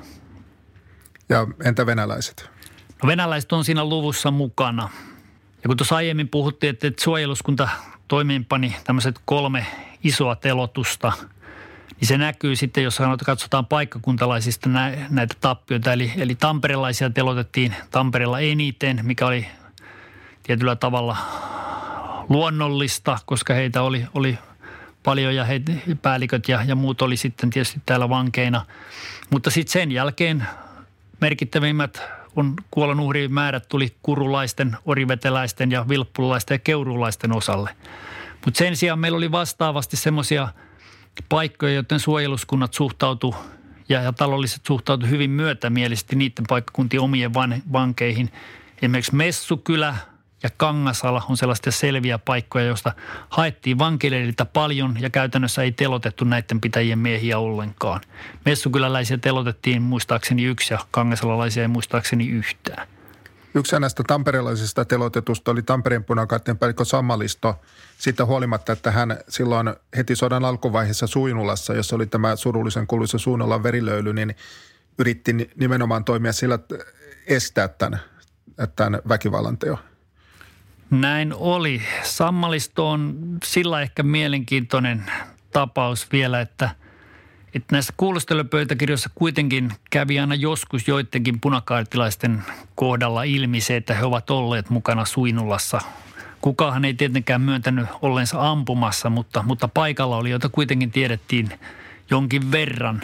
C: Ja entä venäläiset?
D: No venäläiset on siinä luvussa mukana. Ja kun tuossa aiemmin puhuttiin, että suojeluskunta toimeenpani tämmöiset 3 isoa telotusta, niin se näkyy sitten, jos katsotaan paikkakuntalaisista näitä tappioita. Eli tamperelaisia telotettiin Tampereella eniten, mikä oli tietyllä tavalla luonnollista, koska heitä oli paljon ja päälliköt ja muut oli sitten tietysti täällä vankeina. Mutta sitten sen jälkeen merkittävimmät kuolonuhrien määrät tuli kurulaisten, oriveteläisten ja vilppulaisten ja keurulaisten osalle. Mutta sen sijaan meillä oli vastaavasti semmoisia paikkoja, joiden suojeluskunnat suhtautu ja taloudelliset suhtautu hyvin myötämielisesti niiden paikkakuntien omien vankeihin. Esimerkiksi Messukylä ja Kangasala on sellaisia selviä paikkoja, joista haettiin vankileiriltä paljon ja käytännössä ei telotettu näiden pitäjien miehiä ollenkaan. Messukyläläisiä telotettiin muistaakseni 1 ja kangasalalaisia ei muistaakseni yhtään.
C: Yksi näistä tamperelaisista telotetusta oli Tampereen punakaartin päällikkö Sammalisto. Siitä huolimatta, että hän silloin heti sodan alkuvaiheessa Suinulassa, jossa oli tämä surullisen kuuluisa Suinulan verilöyly, niin yritti nimenomaan toimia sillä, että estää tämän väkivallan teon.
D: Näin oli. Sammalisto on sillä ehkä mielenkiintoinen tapaus vielä, että näissä kuulustelupöytäkirjoissa kuitenkin kävi aina joskus joidenkin punakaartilaisten kohdalla ilmi se, että he ovat olleet mukana Suinulassa. Kukaan ei tietenkään myöntänyt olleensa ampumassa, mutta paikalla oli, joita kuitenkin tiedettiin jonkin verran.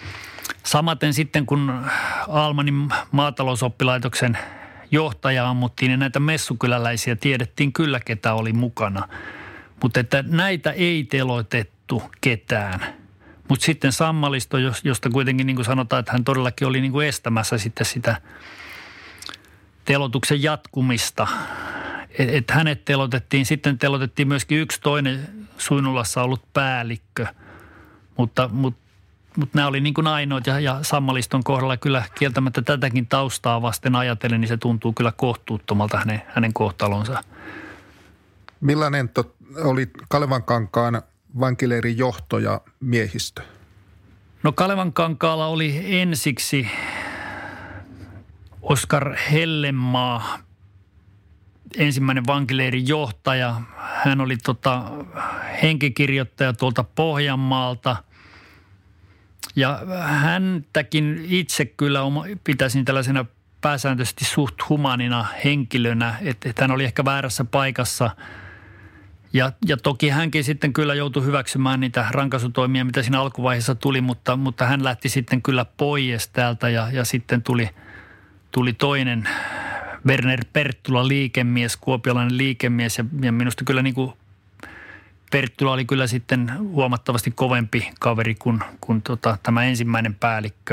D: Samaten sitten, kun Almanin maatalousoppilaitoksen johtaja ammuttiin, niin näitä messukyläläisiä tiedettiin kyllä, ketä oli mukana. Mutta että näitä ei teloitettu ketään. Mutta sitten Sammalisto, josta kuitenkin niin kuin sanotaan, että hän todellakin oli niin kuin estämässä sitten sitä telotuksen jatkumista. Että hänet telotettiin. Sitten telotettiin myöskin yksi toinen Suinulassa ollut päällikkö. Mutta nämä oli niin kuin ainoat ja Sammaliston kohdalla kyllä kieltämättä tätäkin taustaa vasten ajatellen, niin se tuntuu kyllä kohtuuttomalta hänen kohtalonsa.
C: Millainen oli Kalevankankaan vankileirin johto ja miehistö?
D: No Kalevankankaalla oli ensiksi Oskar Hellenmaa, ensimmäinen vankileirin johtaja. Hän oli henkikirjoittaja tuolta Pohjanmaalta. Ja häntäkin itse kyllä pitäisin tällaisena pääsääntöisesti suht humanina henkilönä, että hän oli ehkä väärässä paikassa. Ja toki hänkin sitten kyllä joutui hyväksymään niitä rankaisutoimia, mitä siinä alkuvaiheessa tuli, mutta hän lähti sitten kyllä pois täältä ja sitten tuli toinen Werner Perttula liikemies, kuopiolainen liikemies ja minusta kyllä niin kuin Perttula oli kyllä sitten huomattavasti kovempi kaveri kuin tämä ensimmäinen päällikkö.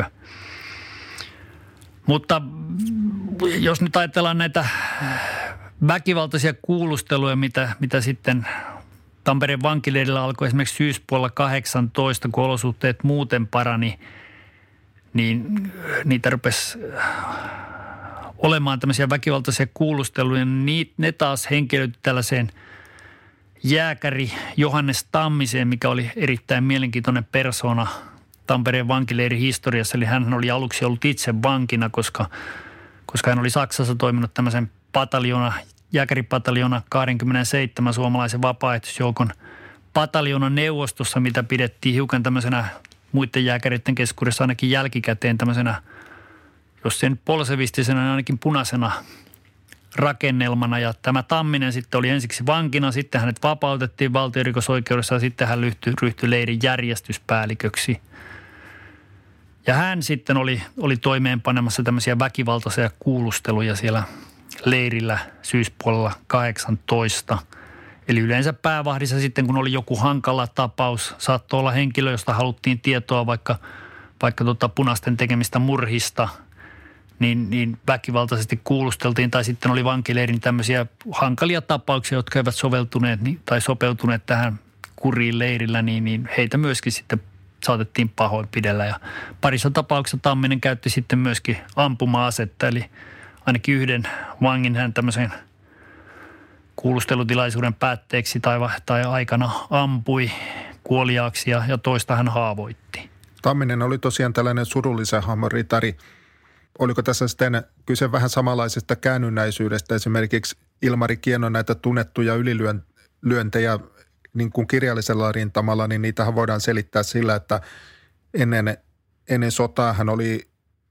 D: Mutta jos nyt ajatellaan näitä väkivaltaisia kuulusteluja, mitä sitten Tampereen vankileirillä alkoi esimerkiksi syyspuolella 18, kun olosuhteet muuten parani, niin niitä rupesi olemaan tämmöisiä väkivaltaisia kuulusteluja. Ne taas henkilöity tällaiseen jääkäri Johannes Tammiseen, mikä oli erittäin mielenkiintoinen persona Tampereen vankileirin historiassa. Eli hän oli aluksi ollut itse vankina, koska hän oli Saksassa toiminut tämmöisen jääkäripataljona 27 suomalaisen vapaaehtoisjoukon pataljonan neuvostossa, mitä pidettiin hiukan tämmöisenä muiden jääkäreiden keskuudessa ainakin jälkikäteen tämmöisenä, jos sen polsevistisena, niin ainakin punaisena rakennelmana. Ja tämä Tamminen sitten oli ensiksi vankina, sitten hänet vapautettiin valtiorikosoikeudessa ja sitten hän ryhtyi leirin järjestyspäälliköksi. Ja hän sitten oli toimeenpanemassa tämmöisiä väkivaltaisia kuulusteluja siellä leirillä syyspuolella 18. Eli yleensä päävahdissa sitten, kun oli joku hankala tapaus, saattoi olla henkilö, josta haluttiin tietoa vaikka punaisten tekemistä murhista, niin väkivaltaisesti kuulusteltiin. Tai sitten oli vankileirin tämmöisiä hankalia tapauksia, jotka eivät soveltuneet tai sopeutuneet tähän kuriin leirillä, niin heitä myöskin sitten saatettiin pahoinpidellä. Ja parissa tapauksessa Tamminen käytti sitten myöskin ampuma-asetta, eli ainakin yhden vangin hän tämmöisen kuulustelutilaisuuden päätteeksi tai aikana ampui kuoliaaksi ja toista hän haavoitti.
C: Tamminen oli tosiaan tällainen surullisen hahmon ritari. Oliko tässä sitten kyse vähän samanlaisesta käännynnäisyydestä? Esimerkiksi Ilmari Kieno näitä tunnettuja ylilyöntejä niin kuin kirjallisella rintamalla, niin niitähän voidaan selittää sillä, että ennen sotaa hän oli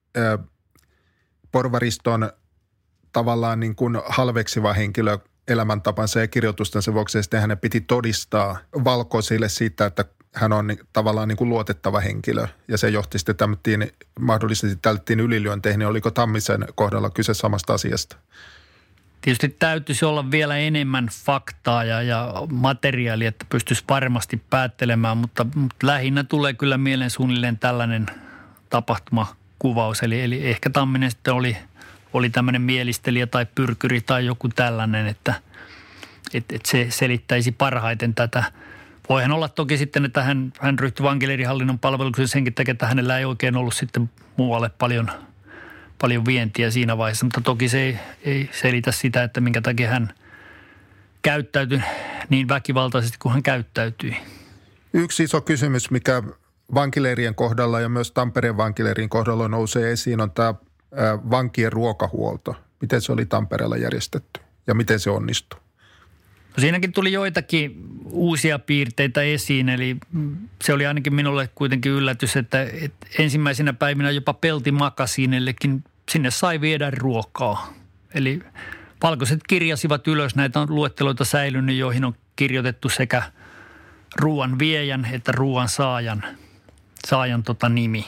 C: porvariston tavallaan niin kuin halveksiva henkilö elämäntapansa ja kirjoitustensa vuoksi, ja sitten hänen piti todistaa valkoisille siitä, että hän on tavallaan niin kuin luotettava henkilö, ja se johti sitten mahdollisesti tältettiin ylilyönteihin, niin oliko Tammisen kohdalla kyse samasta asiasta?
D: Tietysti täytyisi olla vielä enemmän faktaa ja materiaalia, että pystyisi varmasti päättelemään, mutta lähinnä tulee kyllä mieleen suunnilleen tällainen tapahtumakuvaus. Eli ehkä Tamminen sitten oli tämmöinen mielistelijä tai pyrkyri tai joku tällainen, että se selittäisi parhaiten tätä. Voihan olla toki sitten, että hän ryhtyi vankileirihallinnon palvelukseen senkin takia, että hänellä ei oikein ollut sitten muualle paljon vientiä siinä vaiheessa, mutta toki se ei selitä sitä, että minkä takia hän käyttäytyi niin väkivaltaisesti kuin hän käyttäytyi. Yksi
C: iso kysymys, mikä vankileirien kohdalla ja myös Tampereen vankileirin kohdalla nousee esiin, on tämä vankien ruokahuolto. Miten se oli Tampereella järjestetty ja miten se onnistui?
D: No siinäkin tuli joitakin uusia piirteitä esiin, eli se oli ainakin minulle kuitenkin yllätys, että ensimmäisenä päivinä jopa peltimakasiinillekin sinne sai viedä ruokaa. Eli valkoiset kirjasivat ylös, näitä on luetteloita säilynyt, joihin on kirjoitettu sekä ruoan viejän että ruoan saajan nimi.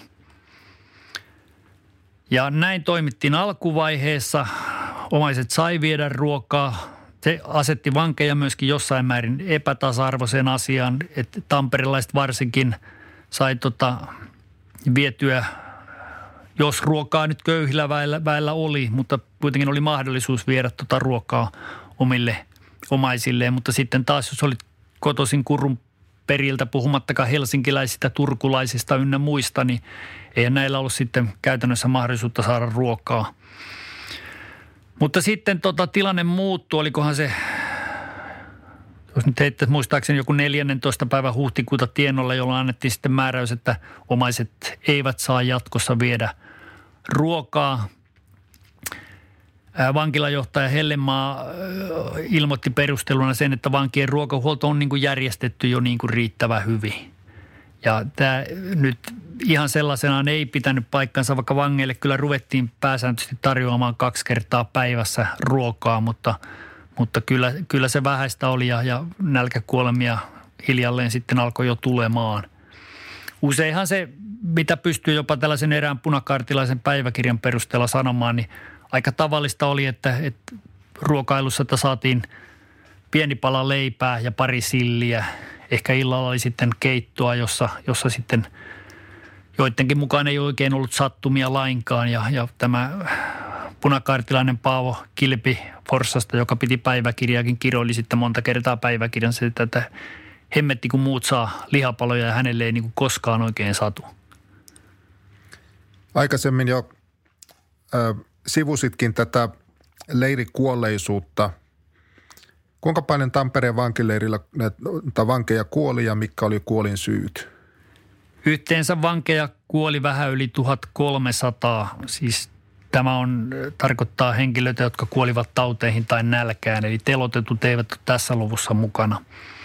D: Ja näin toimittiin alkuvaiheessa. Omaiset sai viedä ruokaa. Se asetti vankeja myöskin jossain määrin epätasa-arvoiseen asiaan, että tamperelaiset varsinkin sai vietyä, jos ruokaa nyt köyhillä väellä oli, mutta kuitenkin oli mahdollisuus viedä ruokaa omille omaisilleen. Mutta sitten taas, jos olit kotoisin Kurun periltä, puhumattakaan helsinkiläisistä, turkulaisista ynnä muista, niin eihän näillä ollut sitten käytännössä mahdollisuutta saada ruokaa. Mutta sitten tilanne muuttui, olikohan se, jos nyt heittäisi muistaakseni joku 14. päivä huhtikuuta tienolla, jolloin annettiin sitten määräys, että omaiset eivät saa jatkossa viedä ruokaa. Vankilajohtaja Hellemaa ilmoitti perusteluna sen, että vankien ruokahuolto on niin kuin järjestetty jo niin kuin riittävän hyvin. Ja tämä nyt ihan sellaisenaan ei pitänyt paikkansa, vaikka vangeille kyllä ruvettiin pääsääntöisesti tarjoamaan 2 kertaa päivässä ruokaa, mutta kyllä se vähäistä oli ja nälkäkuolemia hiljalleen sitten alkoi jo tulemaan. Useinhan se, mitä pystyy jopa tällaisen erään punakaartilaisen päiväkirjan perusteella sanomaan, niin aika tavallista oli, että ruokailussa saatiin pieni pala leipää ja pari silliä. Ehkä illalla oli sitten keittoa, jossa sitten joidenkin mukaan ei oikein ollut sattumia lainkaan. Ja tämä punakaartilainen Paavo Kilpi Forssasta, joka piti päiväkirjaakin, kiroili sitten monta kertaa päiväkirjan sitä, että hemmetti kun muut saa lihapaloja ja hänelle ei niin kuin koskaan oikein satu.
C: Aikaisemmin jo sivusitkin tätä leirikuolleisuutta. Kuinka paljon Tampereen vankileirillä näitä vankeja kuoli ja mitkä oli kuolin syyt?
D: Yhteensä vankeja kuoli vähän yli 1300. Siis tämä tarkoittaa henkilöitä, jotka kuolivat tauteihin tai nälkään. Eli telotetut eivät ole tässä luvussa mukana.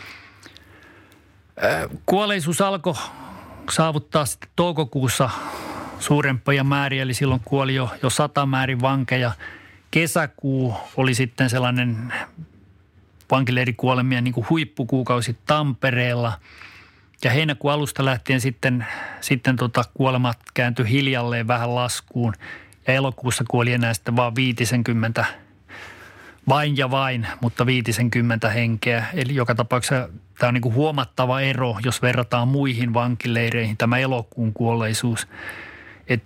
D: Kuolleisuus alkoi saavuttaa sitten toukokuussa suurempia määriä, eli silloin kuoli jo 100 määrin vankeja. Kesäkuu oli sitten sellainen vankileirikuolemia niin kuin huippukuukausi Tampereella. Ja heinäkuun alusta lähtien sitten kuolemat kääntyi hiljalleen vähän laskuun. Ja elokuussa kuoli enää sitten vaan 50, vain, mutta 50 henkeä. Eli joka tapauksessa tämä on niin kuin huomattava ero, jos verrataan muihin vankileireihin, tämä elokuun kuolleisuus.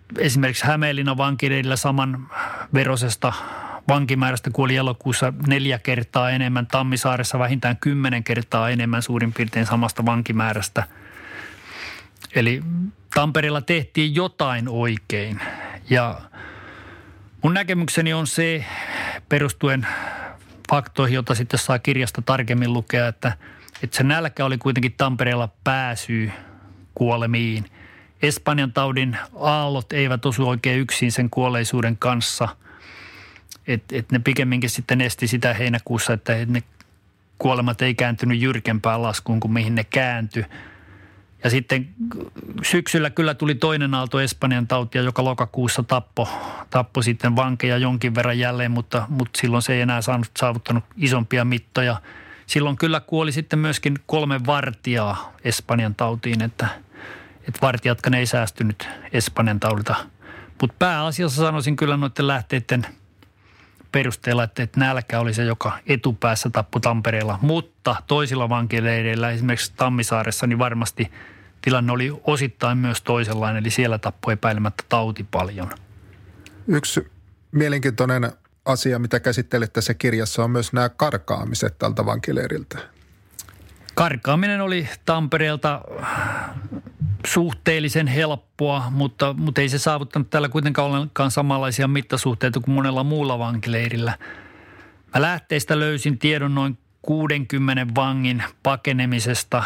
D: esimerkiksi Hämeenlinnan vankileirillä saman verosesta vankimäärästä kuoli elokuussa 4 kertaa enemmän, Tammisaaressa vähintään 10 kertaa enemmän suurin piirtein samasta vankimäärästä. Eli Tampereella tehtiin jotain oikein ja mun näkemykseni on se, perustuen faktoihin, jota sitten saa kirjasta tarkemmin lukea, että se nälkä oli kuitenkin Tampereella pääsyy kuolemiin. Espanjan taudin aallot eivät osu oikein yksin sen kuolleisuuden kanssa. Et ne pikemminkin sitten esti sitä heinäkuussa, että ne kuolemat ei kääntynyt jyrkempään laskuun kuin mihin ne kääntyi. Ja sitten syksyllä kyllä tuli toinen aalto Espanjan tautia, joka lokakuussa tappoi sitten vankeja jonkin verran jälleen, mutta silloin se ei enää saavuttanut isompia mittoja. Silloin kyllä kuoli sitten myöskin 3 vartijaa Espanjan tautiin, että vartijatkaan ei säästynyt Espanjan taudilta. Mutta pääasiassa sanoisin kyllä noiden lähteiden perusteella, että nälkä oli se, joka etupäässä tappoi Tampereella. Mutta toisilla vankileireillä, esimerkiksi Tammisaaressa, niin varmasti tilanne oli osittain myös toisenlainen, eli siellä tappoi epäilemättä tauti paljon.
C: Yksi mielenkiintoinen asia, mitä käsittelet tässä kirjassa, on myös nämä karkaamiset tältä vankileiriltä.
D: Karkaaminen oli Tampereelta suhteellisen helppoa, mutta ei se saavuttanut täällä kuitenkaan ollenkaan samanlaisia mittasuhteita kuin monella muulla vankileirillä. Mä lähteistä löysin tiedon noin 60 vangin pakenemisesta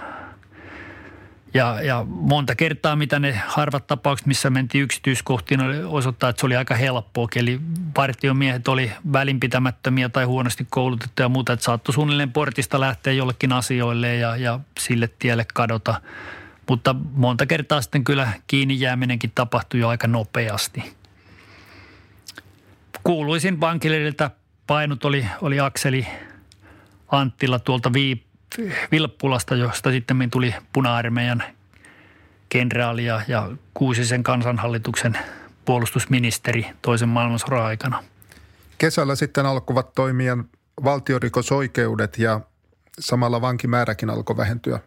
D: ja monta kertaa, mitä ne harvat tapaukset, missä mentiin yksityiskohtiin, osoittaa, että se oli aika helppoa. Eli partiomiehet oli välinpitämättömiä tai huonosti koulutettuja ja muuta, että saattoi suunnilleen portista lähteä jollekin asioille ja sille tielle kadota. Mutta monta kertaa sitten kyllä kiinni jääminenkin tapahtui jo aika nopeasti. Kuuluisin vankileiriltä painut oli Akseli Anttila tuolta Vilppulasta, josta sitten tuli Puna-armeijan kenraali ja Kuusisen kansanhallituksen puolustusministeri toisen maailmansodan aikana.
C: Kesällä sitten alkoivat toimia valtiorikosoikeudet ja samalla vankimääräkin alkoi vähentyä.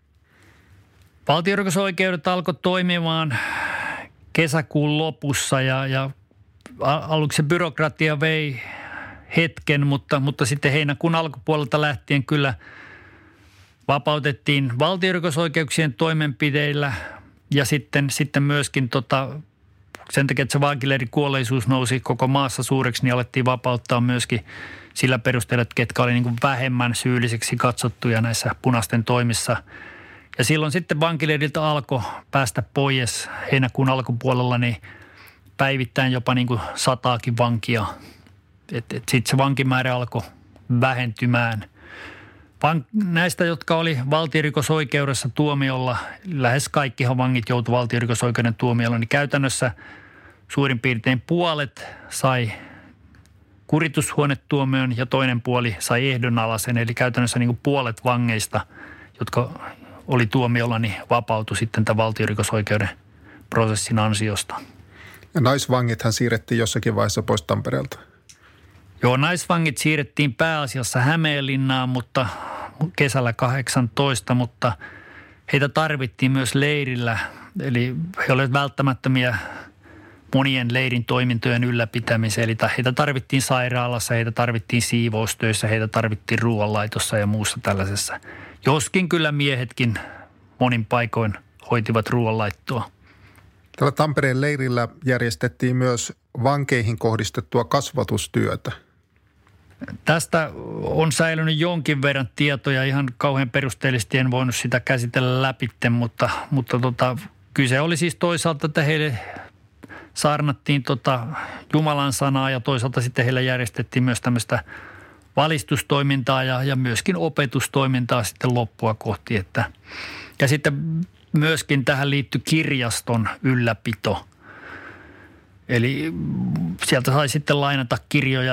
D: Valtiorikosoikeudet alkoi toimimaan kesäkuun lopussa ja aluksi se byrokratia vei hetken, mutta sitten heinäkuun alkupuolelta lähtien kyllä vapautettiin valtiorikosoikeuksien toimenpiteillä ja sitten myöskin sen takia, että se vankileirikuolleisuus nousi koko maassa suureksi, niin alettiin vapauttaa myöskin sillä perusteella, että ketkä oli niin kuin vähemmän syylliseksi katsottuja näissä punaisten toimissa. Ja silloin sitten vankileiriltä alkoi päästä pois heinäkuun alkupuolella niin päivittäin jopa niin kuin 100 vankia. Sitten se vankimäärä alkoi vähentymään. Näistä, jotka oli valtiorikosoikeudessa tuomiolla, lähes kaikkihan vangit joutui valtiorikosoikeuden tuomiolla, niin käytännössä suurin piirtein puolet sai kuritushuonetuomion ja toinen puoli sai ehdonalaisen. Eli käytännössä niin kuin puolet vangeista, jotka oli tuomiolla, niin vapautui sitten tämän valtiorikosoikeuden prosessin ansiosta.
C: Ja naisvangithan siirrettiin jossakin vaiheessa pois Tampereelta.
D: Joo, naisvangit siirrettiin pääasiassa Hämeenlinnaan, mutta kesällä 18, mutta heitä tarvittiin myös leirillä. Eli he olivat välttämättömiä monien leirin toimintojen ylläpitämiseen. Eli heitä tarvittiin sairaalassa, heitä tarvittiin siivoustöissä, heitä tarvittiin ruoanlaitossa ja muussa tällaisessa. Joskin kyllä miehetkin monin paikoin hoitivat ruoanlaittoa.
C: Tällä Tampereen leirillä järjestettiin myös vankeihin kohdistettua kasvatustyötä.
D: Tästä on säilynyt jonkin verran tietoja. Ihan kauhean perusteellisesti en voinut sitä käsitellä läpitte, mutta kyse oli siis toisaalta, että heille saarnattiin Jumalan sanaa ja toisaalta sitten heille järjestettiin myös tämmöistä valistustoimintaa ja myöskin opetustoimintaa sitten loppua kohti. Ja sitten myöskin tähän liittyi kirjaston ylläpito. Eli sieltä sai sitten lainata kirjoja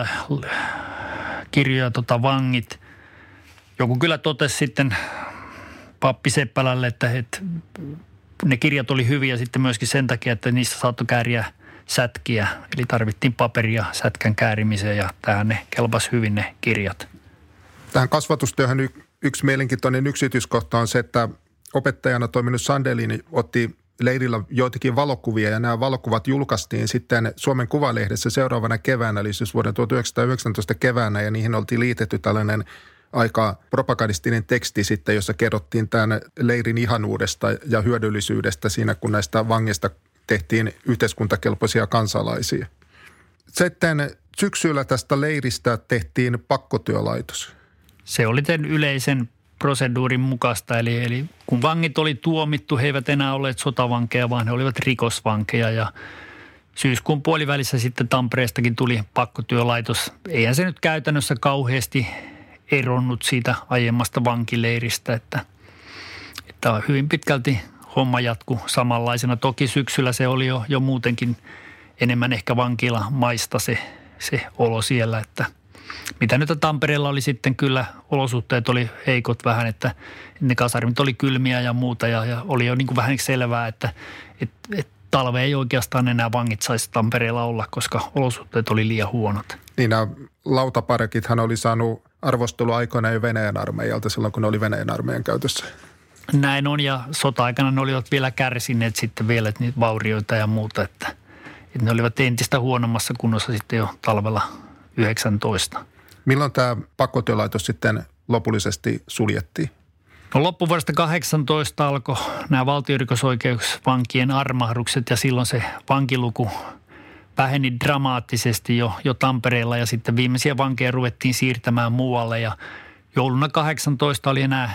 D: vangit. Joku kyllä totesi sitten pappi Seppälälle, että ne kirjat oli hyviä sitten myöskin sen takia, että niissä saattoi kääriä sätkiä. Eli tarvittiin paperia sätkän käärimiseen ja tähän ne kelpasi hyvin ne kirjat.
C: Tähän kasvatustyöhön yksi mielenkiintoinen yksityiskohta on se, että opettajana toiminut Sandelin otti leirillä joitakin valokuvia ja nämä valokuvat julkaistiin sitten Suomen Kuvalehdessä seuraavana keväänä, eli siis vuoden 1919 keväänä ja niihin oltiin liitetty tällainen aika propagandistinen teksti sitten, jossa kerrottiin tämän leirin ihanuudesta ja hyödyllisyydestä siinä, kun näistä vangeista tehtiin yhteiskuntakelpoisia kansalaisia. Sitten syksyllä tästä leiristä tehtiin pakkotyölaitos.
D: Se oli tämän yleisen proseduurin mukaista, eli kun vangit oli tuomittu, he eivät enää olleet sotavankeja, vaan he olivat rikosvankeja ja syyskuun puolivälissä sitten Tampereestakin tuli pakkotyölaitos. Eihän se nyt käytännössä kauheasti eronnut siitä aiemmasta vankileiristä, että hyvin pitkälti homma jatkui samanlaisena. Toki syksyllä se oli jo muutenkin enemmän ehkä vankilamaista se olo siellä, että mitä nyt Tampereella oli sitten kyllä, olosuhteet oli heikot vähän, että ne kasarmit oli kylmiä ja muuta ja oli jo niin kuin vähän selvää, että talve ei oikeastaan enää vangit saisi Tampereella olla, koska olosuhteet oli liian huonot.
C: Niin nämä lautaparekithan oli saanut arvostelua aikoina jo Venäjän armeijalta silloin, kun ne oli Venäjän armeijan käytössä.
D: Näin on ja sota-aikana ne olivat vielä kärsineet sitten vielä niitä vaurioita ja muuta, että ne olivat entistä huonommassa kunnossa sitten jo talvella 19.
C: Milloin tämä pakkotyölaitos sitten lopullisesti suljettiin?
D: No loppuvuodesta 18 alkoi nämä valtiorikosoikeusvankien armahdukset ja silloin se vankiluku väheni dramaattisesti jo Tampereella ja sitten viimeisiä vankeja ruvettiin siirtämään muualle ja jouluna 18 oli enää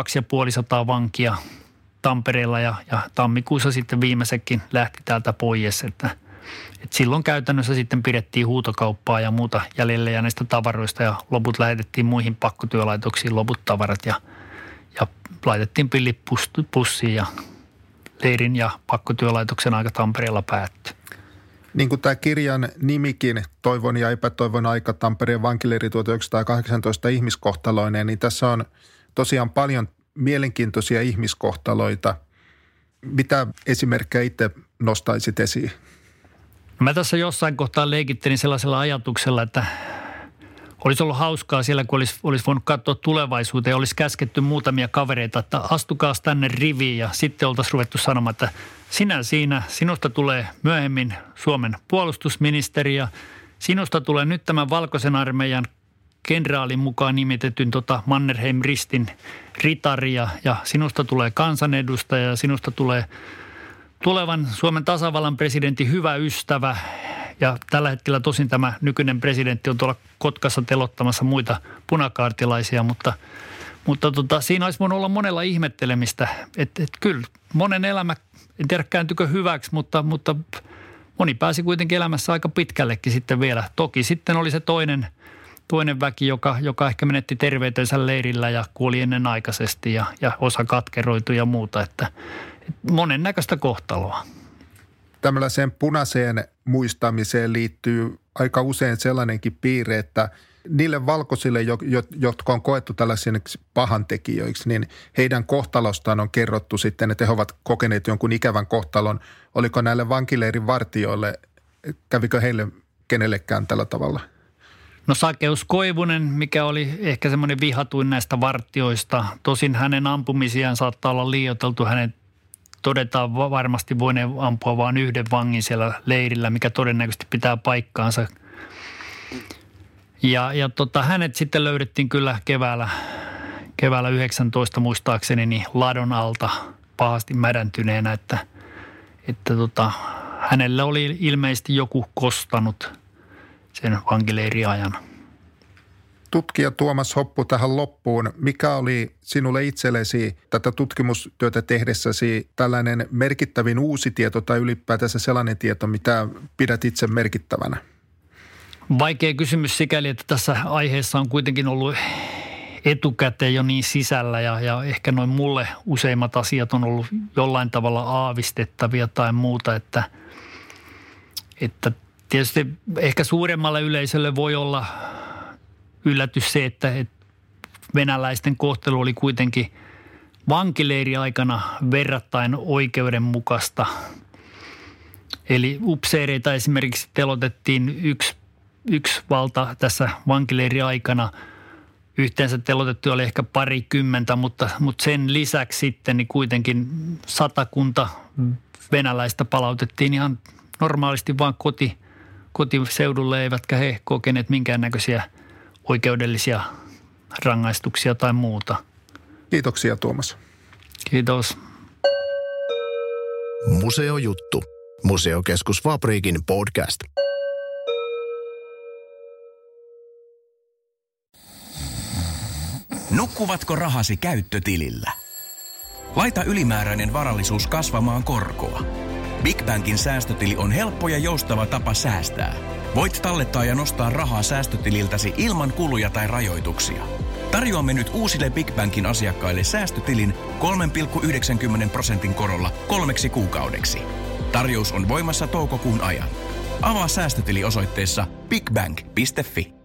D: 250 vankia Tampereella ja tammikuussa sitten viimeisekin lähti täältä pois, että silloin käytännössä sitten pidettiin huutokauppaa ja muuta jäljelle ja näistä tavaroista ja loput lähetettiin muihin pakkotyölaitoksiin loput tavarat ja laitettiin pillit pussiin ja leirin ja pakkotyölaitoksen aika Tampereella päättyi.
C: Niin kuin tämä kirjan nimikin, Toivon ja epätoivon aika, Tampereen vankileiri 1918 ihmiskohtaloineen, niin tässä on tosiaan paljon mielenkiintoisia ihmiskohtaloita. Mitä esimerkkejä itse nostaisit esiin?
D: Mä tässä jossain kohtaa leikittelin sellaisella ajatuksella, että olisi ollut hauskaa siellä, kun olisi voinut katsoa tulevaisuuteen ja olisi käsketty muutamia kavereita, että astukaa tänne riviin ja sitten oltaisiin ruvettu sanomaan, että sinusta tulee myöhemmin Suomen puolustusministeri ja sinusta tulee nyt tämän valkoisen armeijan kenraalin mukaan nimitetyn Mannerheim Ristin ritari ja sinusta tulee kansanedustaja ja sinusta tulee tulevan Suomen tasavallan presidentin hyvä ystävä ja tällä hetkellä tosin tämä nykyinen presidentti on tuolla Kotkassa telottamassa muita punakaartilaisia, mutta siinä olisi voinut olla monella ihmettelemistä, että kyllä monen elämä, en tiedä kääntyykö hyväksi, mutta moni pääsi kuitenkin elämässä aika pitkällekin sitten vielä. Toki sitten oli se toinen väki, joka ehkä menetti terveytensä leirillä ja kuoli ennenaikaisesti ja osa katkeroitui ja muuta, että monennäköistä kohtaloa.
C: Tämmöiseen punaiseen muistamiseen liittyy aika usein sellainenkin piirre, että niille valkoisille, jotka on koettu tällaisiksi pahantekijöiksi, niin heidän kohtalostaan on kerrottu sitten, että he ovat kokeneet jonkun ikävän kohtalon. Oliko näille vankileirin vartijoille, kävikö heille kenellekään tällä tavalla?
D: No Sakeus Koivunen, mikä oli ehkä semmoinen vihatuin näistä vartijoista. Tosin hänen ampumisiaan saattaa olla liioiteltu. Hänen todetaan varmasti voineen ampua vain yhden vangin siellä leirillä, mikä todennäköisesti pitää paikkaansa. Ja hänet sitten löydettiin kyllä keväällä 19 muistaakseni niin ladon alta pahasti mädäntyneenä, että hänellä oli ilmeisesti joku kostanut sen vankileiriajan.
C: Tutkija Tuomas Hoppu tähän loppuun. Mikä oli sinulle itsellesi tätä tutkimustyötä tehdessäsi tällainen merkittävin uusi tieto tai ylipäätänsä sellainen tieto, mitä pidät itse merkittävänä?
D: Vaikea kysymys sikäli, että tässä aiheessa on kuitenkin ollut etukäteen jo niin sisällä ja ehkä noin mulle useimmat asiat on ollut jollain tavalla aavistettavia tai muuta, että tietysti ehkä suuremmalle yleisölle voi olla yllätys se, että venäläisten kohtelu oli kuitenkin vankileiriaikana verrattain oikeudenmukaista. Eli upseereita esimerkiksi telotettiin yksi valta tässä vankileiriaikana Yhteensä telotettu oli ehkä 20, mutta sen lisäksi sitten niin kuitenkin 100 venäläistä palautettiin ihan normaalisti vaan kotiseudulle, eivätkä he kokeneet minkäännäköisiä oikeudellisia rangaistuksia tai muuta.
C: Kiitoksia Tuomas.
D: Kiitos.
B: Museojuttu. Museokeskus Fapriikin podcast.
A: Nukkuvatko rahasi käyttötilillä? Laita ylimääräinen varallisuus kasvamaan korkoa. Big Bankin säästötili on helppo ja joustava tapa säästää. Voit tallettaa ja nostaa rahaa säästötililtäsi ilman kuluja tai rajoituksia. Tarjoamme nyt uusille Big Bankin asiakkaille säästötilin 3,90% korolla 3 kuukaudeksi. Tarjous on voimassa toukokuun ajan. Avaa säästötili osoitteessa bigbank.fi.